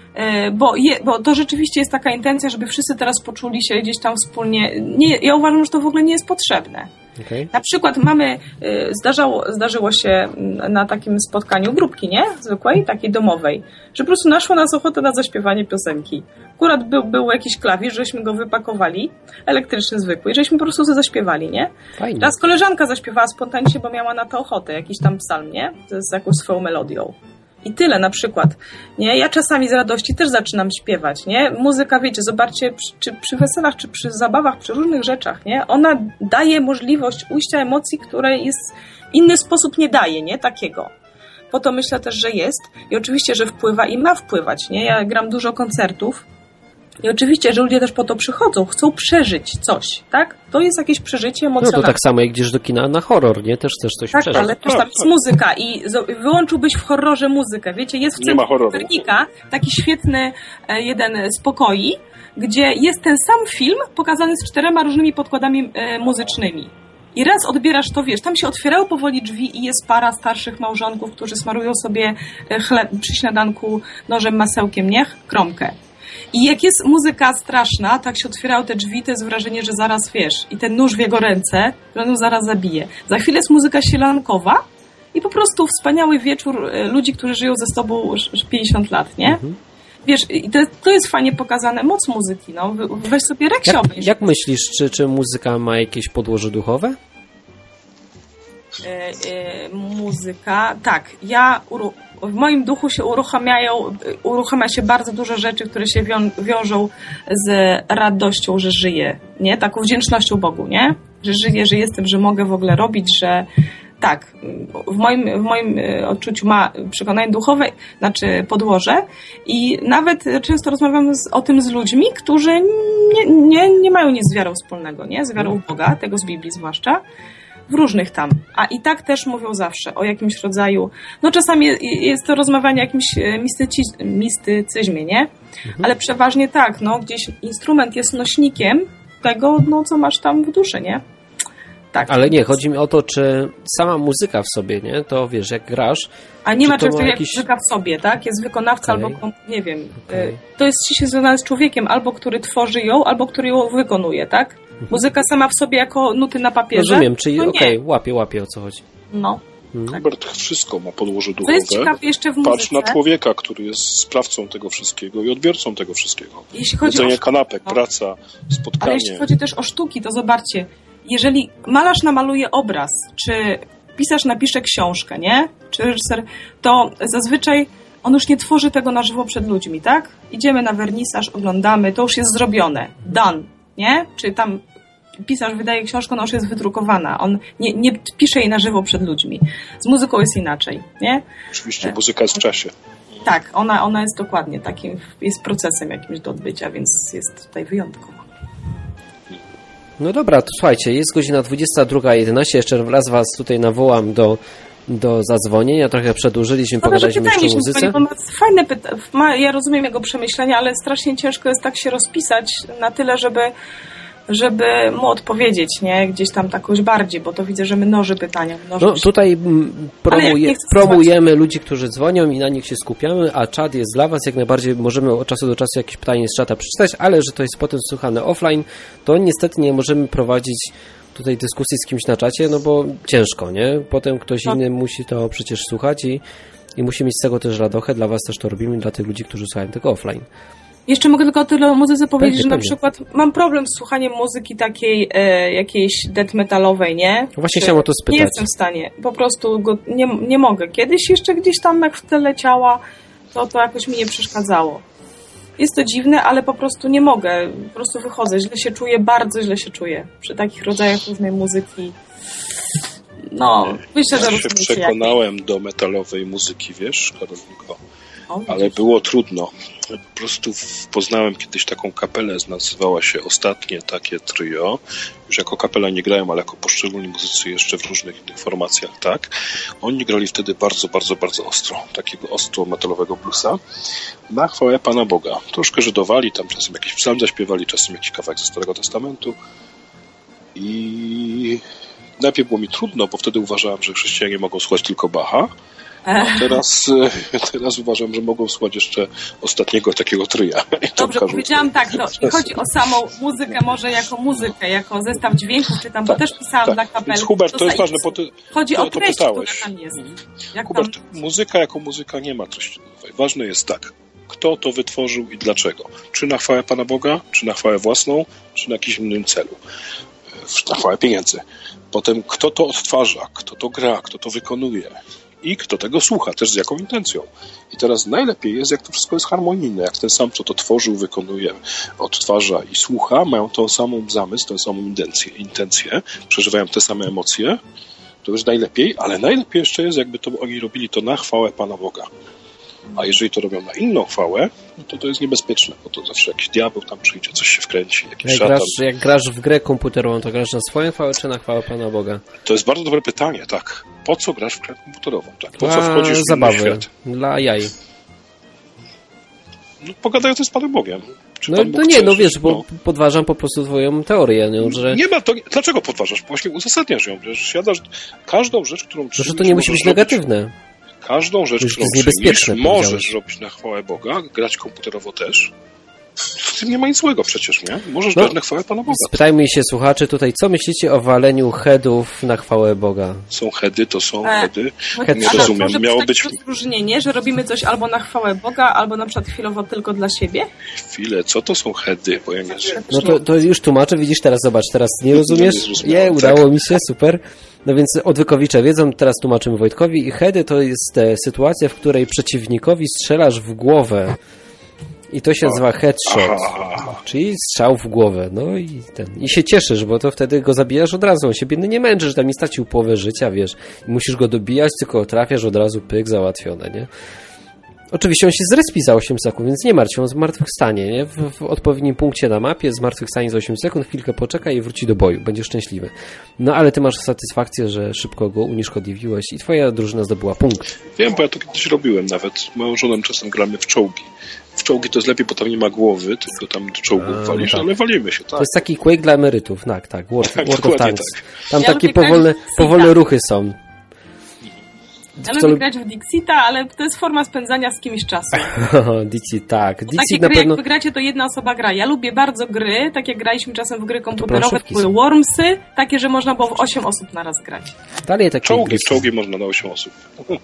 bo to rzeczywiście jest taka intencja, żeby wszyscy teraz poczuli się gdzieś tam wspólnie. Nie, ja uważam, że to w ogóle nie jest potrzebne. Okay. Na przykład zdarzyło się na takim spotkaniu grupki, nie? Zwykłej, takiej domowej, że po prostu naszło nas ochotę na zaśpiewanie piosenki. Akurat był jakiś klawisz, żeśmy go wypakowali, elektryczny, zwykły, i żeśmy po prostu sobie zaśpiewali, nie? Fajnie. Raz koleżanka zaśpiewała spontanicznie, bo miała na to ochotę, jakiś tam psalm, nie? Z jakąś swoją melodią. I tyle na przykład, nie? Ja czasami z radości też zaczynam śpiewać, nie? Muzyka, wiecie, zobaczcie, czy przy weselach, czy przy zabawach, przy różnych rzeczach, nie? Ona daje możliwość ujścia emocji, której jest inny sposób nie daje, nie? Takiego. Po to myślę też, że jest i oczywiście, że wpływa i ma wpływać, nie? Ja gram dużo koncertów i oczywiście, że ludzie też po to przychodzą, chcą przeżyć coś, tak? To jest jakieś przeżycie emocjonalne. No to tak samo jak idziesz do kina na horror, nie? Też chcesz coś przeżyć. Tak, ale też tam jest muzyka i wyłączyłbyś w horrorze muzykę, wiecie? Jest w centrum Kopernika taki świetny jeden z pokoi, gdzie jest ten sam film pokazany z 4 różnymi podkładami muzycznymi. I raz odbierasz to, wiesz, tam się otwierały powoli drzwi i jest para starszych małżonków, którzy smarują sobie chleb przy śniadanku nożem, masełkiem, nie? Kromkę. I jak jest muzyka straszna, tak się otwierały te drzwi, to jest wrażenie, że zaraz, wiesz, i ten nóż w jego ręce, że on zaraz zabije. Za chwilę jest muzyka sielankowa i po prostu wspaniały wieczór ludzi, którzy żyją ze sobą już 50 lat, nie? Mhm. Wiesz, to jest fajnie pokazane, moc muzyki, no. Weź sobie Reksio. Jak myślisz, czy muzyka ma jakieś podłoże duchowe? Muzyka, tak. W moim duchu się uruchamia się bardzo dużo rzeczy, które się wiążą z radością, że żyję, nie? Taką wdzięcznością Bogu, nie? Że żyję, że jestem, że mogę w ogóle robić, że tak, w moim odczuciu ma przekonanie duchowe, znaczy podłoże i nawet często rozmawiam o tym z ludźmi, którzy nie mają nic z wiarą wspólnego, nie? Z wiarą w Boga, tego z Biblii zwłaszcza, w różnych tam, a i tak też mówią zawsze o jakimś rodzaju, no czasami jest to rozmawianie o jakimś mistycyzmie, nie? Ale przeważnie tak, no gdzieś instrument jest nośnikiem tego, no co masz tam w duszy, nie? Tak. Ale nie, chodzi mi o to, czy sama muzyka w sobie, nie? To wiesz, jak grasz... A nie ma czegoś ma jak muzyka w sobie, tak? Jest wykonawca albo, nie wiem, to jest się związane z człowiekiem, albo który tworzy ją, albo który ją wykonuje, tak? Muzyka sama w sobie jako nuty na papierze. Rozumiem, czyli no łapię o co chodzi. No. Hubert wszystko ma podłoże duchowe. To jest ciekawe jeszcze w muzyce. Patrz na człowieka, który jest sprawcą tego wszystkiego i odbiorcą tego wszystkiego. Jeśli chodzi jedzenie o kanapek, praca, spotkanie. Ale jeśli chodzi też o sztuki, to zobaczcie, jeżeli malarz namaluje obraz, czy pisarz napisze książkę, nie? Czy reżyser, to zazwyczaj on już nie tworzy tego na żywo przed ludźmi, tak? Idziemy na wernisaż, oglądamy, to już jest zrobione, done, nie? Czy tam pisarz wydaje książkę, ona już jest wydrukowana. On nie pisze jej na żywo przed ludźmi. Z muzyką jest inaczej, nie? Oczywiście, muzyka jest w czasie. Tak, ona jest dokładnie takim, jest procesem jakimś do odbycia, więc jest tutaj wyjątkowa. No dobra, to słuchajcie, jest godzina 22:11, jeszcze raz was tutaj nawołam do zadzwonienia, trochę przedłużyliśmy, pogadaliśmy jeszcze o muzyce. Fajne ja rozumiem jego przemyślenia, ale strasznie ciężko jest tak się rozpisać na tyle, żeby mu odpowiedzieć, nie? Gdzieś tam jakoś bardziej, bo to widzę, że mnoży pytania. No tutaj promujemy ludzi, którzy dzwonią i na nich się skupiamy, a czat jest dla was, jak najbardziej możemy od czasu do czasu jakieś pytanie z czata przeczytać, ale że to jest potem słuchane offline, to niestety nie możemy prowadzić tutaj dyskusji z kimś na czacie, no bo ciężko, nie? Potem ktoś inny musi to przecież słuchać i musi mieć z tego też radochę, dla was też to robimy, dla tych ludzi, którzy słuchają tego offline. Jeszcze mogę tylko o tyle o muzyce powiedzieć, że na przykład mam problem z słuchaniem muzyki takiej jakiejś death metalowej, nie? Właśnie chciałem o to spytać. Nie jestem w stanie, po prostu nie mogę. Kiedyś jeszcze gdzieś tam jak w tle leciała, to jakoś mi nie przeszkadzało. Jest to dziwne, ale po prostu nie mogę. Po prostu wychodzę, źle się czuję, bardzo źle się czuję przy takich rodzajach różnej muzyki. No, myślę, że ja się przekonałem do metalowej muzyki, wiesz, Karolinko. Ale było trudno. Po prostu poznałem kiedyś taką kapelę, nazywała się Ostatnie takie trio. Już jako kapela nie grałem, ale jako poszczególni muzycy jeszcze w różnych innych formacjach, tak. Oni grali wtedy bardzo, bardzo, bardzo ostro. Takiego ostro metalowego bluesa. Na chwałę Pana Boga. Troszkę żydowali, tam czasem jakiś psalm zaśpiewali, czasem jakiś kawałek ze Starego Testamentu. I najpierw było mi trudno, bo wtedy uważałem, że chrześcijanie mogą słuchać tylko Bacha. A teraz uważam, że mogą słuchać jeszcze Ostatniego takiego tryja. Dobrze, powiedziałam tak, to nie chodzi o samą muzykę, może jako muzykę, jako zestaw dźwięków, czy tam, bo też pisałam dla kapeli. Więc Hubert, to jest ważne, bo chodzi o treść, która tam jest. Hubert, muzyka jako muzyka nie ma treści nowej. Ważne jest tak, kto to wytworzył i dlaczego. Czy na chwałę Pana Boga, czy na chwałę własną, czy na jakimś innym celu. Na chwałę pieniędzy. Potem kto to odtwarza, kto to gra, kto to wykonuje. I kto tego słucha, też z jaką intencją. I teraz najlepiej jest, jak to wszystko jest harmonijne, jak ten sam, co to tworzył, wykonuje, odtwarza i słucha, mają tą samą zamysł, tą samą intencję, przeżywają te same emocje, to już najlepiej, ale najlepiej jeszcze jest, jakby to oni robili to na chwałę Pana Boga. A jeżeli to robią na inną chwałę, no to jest niebezpieczne, bo to zawsze jakiś diabeł tam przyjdzie, coś się wkręci, jakiś szatan. Jak grasz w grę komputerową, to grasz na swoją chwałę, czy na chwałę Pana Boga? To jest bardzo dobre pytanie, tak. Po co grasz w grę komputerową? Tak? Po co wchodzisz w zabawy, świat? Dla jaj. No, pogadając z Panem Bogiem. No wiesz, bo podważam po prostu twoją teorię, nie? Że... Nie ma to. Dlaczego podważasz? Właśnie uzasadniasz ją, wiesz, siadasz każdą rzecz, którą czynisz, że to nie musi być negatywne. Każdą rzecz, którą czynisz, możesz robić na chwałę Boga, grać komputerowo też. W tym nie ma nic złego przecież, nie? Możesz grać na chwałę Pana Boga. Spytajmy się słuchaczy tutaj, co myślicie o waleniu headów na chwałę Boga? Są heady, to są heady. Nie rozumiem. Może miało być rozróżnienie, że robimy coś albo na chwałę Boga, albo na przykład chwilowo tylko dla siebie? Chwilę, co to są heady? Bo ja nie... No to już tłumaczę, widzisz, teraz zobacz, teraz nie rozumiesz? Udało mi się, super. No więc odwykowicze wiedzą, teraz tłumaczymy Wojtkowi. I heady to jest sytuacja, w której przeciwnikowi strzelasz w głowę. I to się nazywa headshot, czyli strzał w głowę. No i się cieszysz, bo to wtedy go zabijasz od razu. On się biedny nie męczy, że tam nie stracił połowę życia, wiesz. I musisz go dobijać, tylko trafiasz od razu, pyk, załatwione, nie? Oczywiście on się zrespi za 8 sekund, więc nie martw się, on zmartwychwstanie, nie? W odpowiednim punkcie na mapie zmartwychwstanie za 8 sekund, chwilkę poczeka i wróci do boju, będziesz szczęśliwy. No ale ty masz satysfakcję, że szybko go unieszkodliwiłeś i twoja drużyna zdobyła punkt. Wiem, bo ja to kiedyś robiłem nawet. Moją żoną czasem gramy w czołgi. W czołgi to jest lepiej, bo tam nie ma głowy, tylko tam do czołgów walisz, tak. ale walimy się, tak. To jest taki Quake dla emerytów, tak, World of Tanks. Tak. Tam Ja takie lubię powolne ruchy są. Ja lubię grać w Dixita, ale to jest forma spędzania z kimś czasu. Dixit, tak. Takie Dixit na gry, pewno... jak wygracie, to jedna osoba gra. Ja lubię bardzo gry, tak jak graliśmy czasem w gry komputerowe, planszówki to były są. Wormsy, takie, że można było w 8 osób naraz grać. Dalej takie gry są. Czołgi można na 8 osób.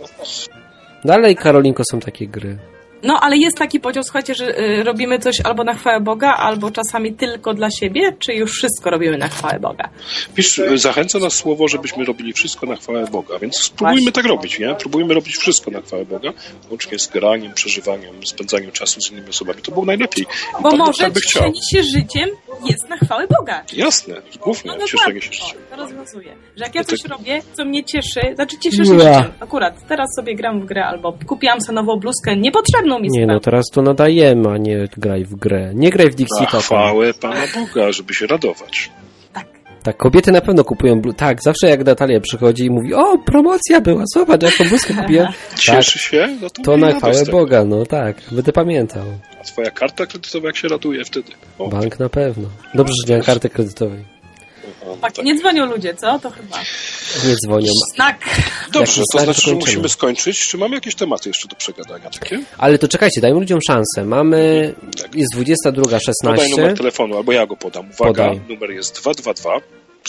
Dalej, Karolinko, są takie gry. No, ale jest taki podział, słuchajcie, że robimy coś albo na chwałę Boga, albo czasami tylko dla siebie, czy już wszystko robimy na chwałę Boga? Wiesz, zachęca nas słowo, żebyśmy robili wszystko na chwałę Boga, więc spróbujmy Właśnie. tak robić, nie? Próbujmy robić wszystko na chwałę Boga, łącznie z graniem, przeżywaniem, spędzaniem czasu z innymi osobami. To było najlepiej. Bo Pan Bóg może tak by chciał. cieszenie się życiem jest na chwałę Boga. Jasne, głównie No cieszenie się dokładnie, życiem. to rozwiązuje. Że jak ja To tak- coś robię, co mnie cieszy, znaczy cieszę się życiem. Akurat teraz sobie gram w grę, albo kupiłam sobie nową bluzkę, niepotrzebną mi Nie, zupełnie. no teraz to nadajemy, a nie graj w grę. Nie graj w Na Dixita. chwałę Pana Boga, żeby się radować. Tak. Tak, kobiety na pewno kupują... Tak, zawsze jak Natalia przychodzi i mówi, o, promocja była, zobacz, jaką bluzkę kupiłem. Tak, Cieszy się? No to i na radość chwałę z tego. Boga, no tak, będę pamiętał. A twoja karta kredytowa jak się raduje wtedy? O, Bank na pewno. Dobrze, że nie mam karty kredytowej. Tak, nie dzwonią ludzie, co? To chyba. Nie dzwonią. Znak. Dobrze, Jak to jest znaczy, że kończymy. musimy skończyć. Czy mamy jakieś tematy jeszcze do przegadania takie? Ale to czekajcie, dajmy ludziom szansę. Mamy... Tak. Jest Podaj numer 22:16. telefonu, albo ja go podam. Uwaga, Podaj. numer jest 222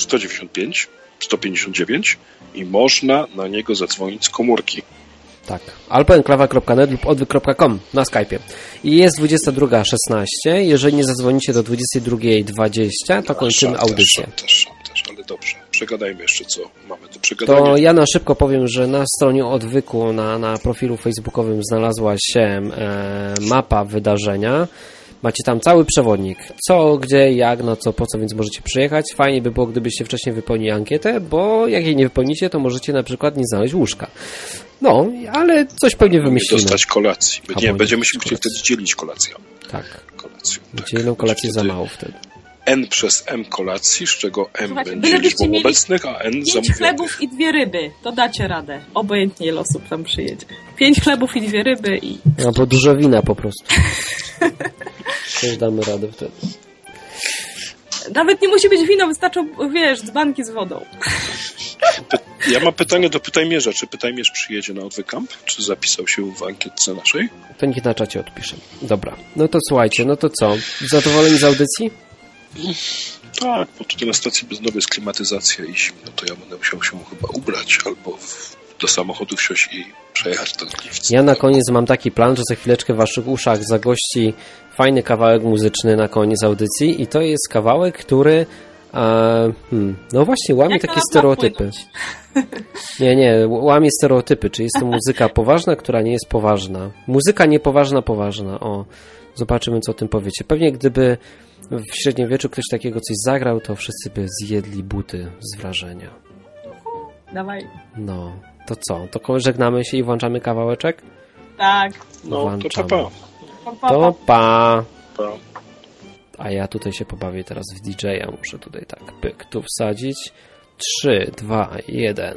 195 159 i można na niego zadzwonić z komórki. Tak. alpoenklawa.net lub odwyk.com na Skype'ie. I jest 22:16. Jeżeli nie zadzwonicie do 22:20, to kończymy audycję. Też, ale dobrze. Przegadajmy jeszcze, co mamy do przegadania. To ja na szybko powiem, że na stronie Odwyku, na profilu facebookowym znalazła się mapa wydarzenia. Macie tam cały przewodnik. Co, gdzie, jak, na co, po co, więc możecie przyjechać. Fajnie by było, gdybyście wcześniej wypełnili ankietę, bo jak jej nie wypełnicie, to możecie na przykład nie znaleźć łóżka. No, ale coś pewnie Nie wymyślimy. dostać kolacji. Albo Nie, nie będziemy dostać musieli kolacji. wtedy dzielić kolację. Tak. Kolację. Gdzie jedną kolację za mało wtedy. N przez M kolacji, z czego M Słuchajcie, będzie bylebyście liczbą mieli obecnych, a N 5 zamówionych. chlebów i 2 ryby. To dacie radę. Obojętnie ile osób tam przyjedzie. 5 chlebów i 2 ryby i... Albo dużo wina po prostu. Też damy radę wtedy. Nawet nie musi być wino, wystarczą, wiesz, dzbanki z wodą. Ja mam pytanie do Pytajmierza. Czy Pytajmierz przyjedzie na Odwykamp? Czy zapisał się w ankietce naszej? To niech na czacie odpiszę. Dobra. No to słuchajcie, no to co? Zadowoleni z audycji? Tak, bo tutaj na stacji benzynowej jest klimatyzacja i zimno, to ja będę musiał się chyba ubrać albo do samochodu wsiąść i przejechać do Gliwic. Ja na koniec mam taki plan, że za chwileczkę w waszych uszach zagości fajny kawałek muzyczny na koniec audycji i to jest kawałek, który no właśnie łamie Jak takie na stereotypy. płynąć. Nie, łamie stereotypy, czy jest to muzyka poważna, która nie jest poważna. Muzyka niepoważna, poważna. O, zobaczymy, co o tym powiecie. Pewnie gdyby w średniowieczu ktoś takiego coś zagrał, to wszyscy by zjedli buty z wrażenia. Dawaj. No, to co? To żegnamy się i włączamy kawałeczek? Tak. No, to Włączamy. pa. Pa, pa, To pa! Pa. A ja tutaj się pobawię teraz w DJ-a. Muszę tutaj tak pyk tu wsadzić. 3, 2, 1.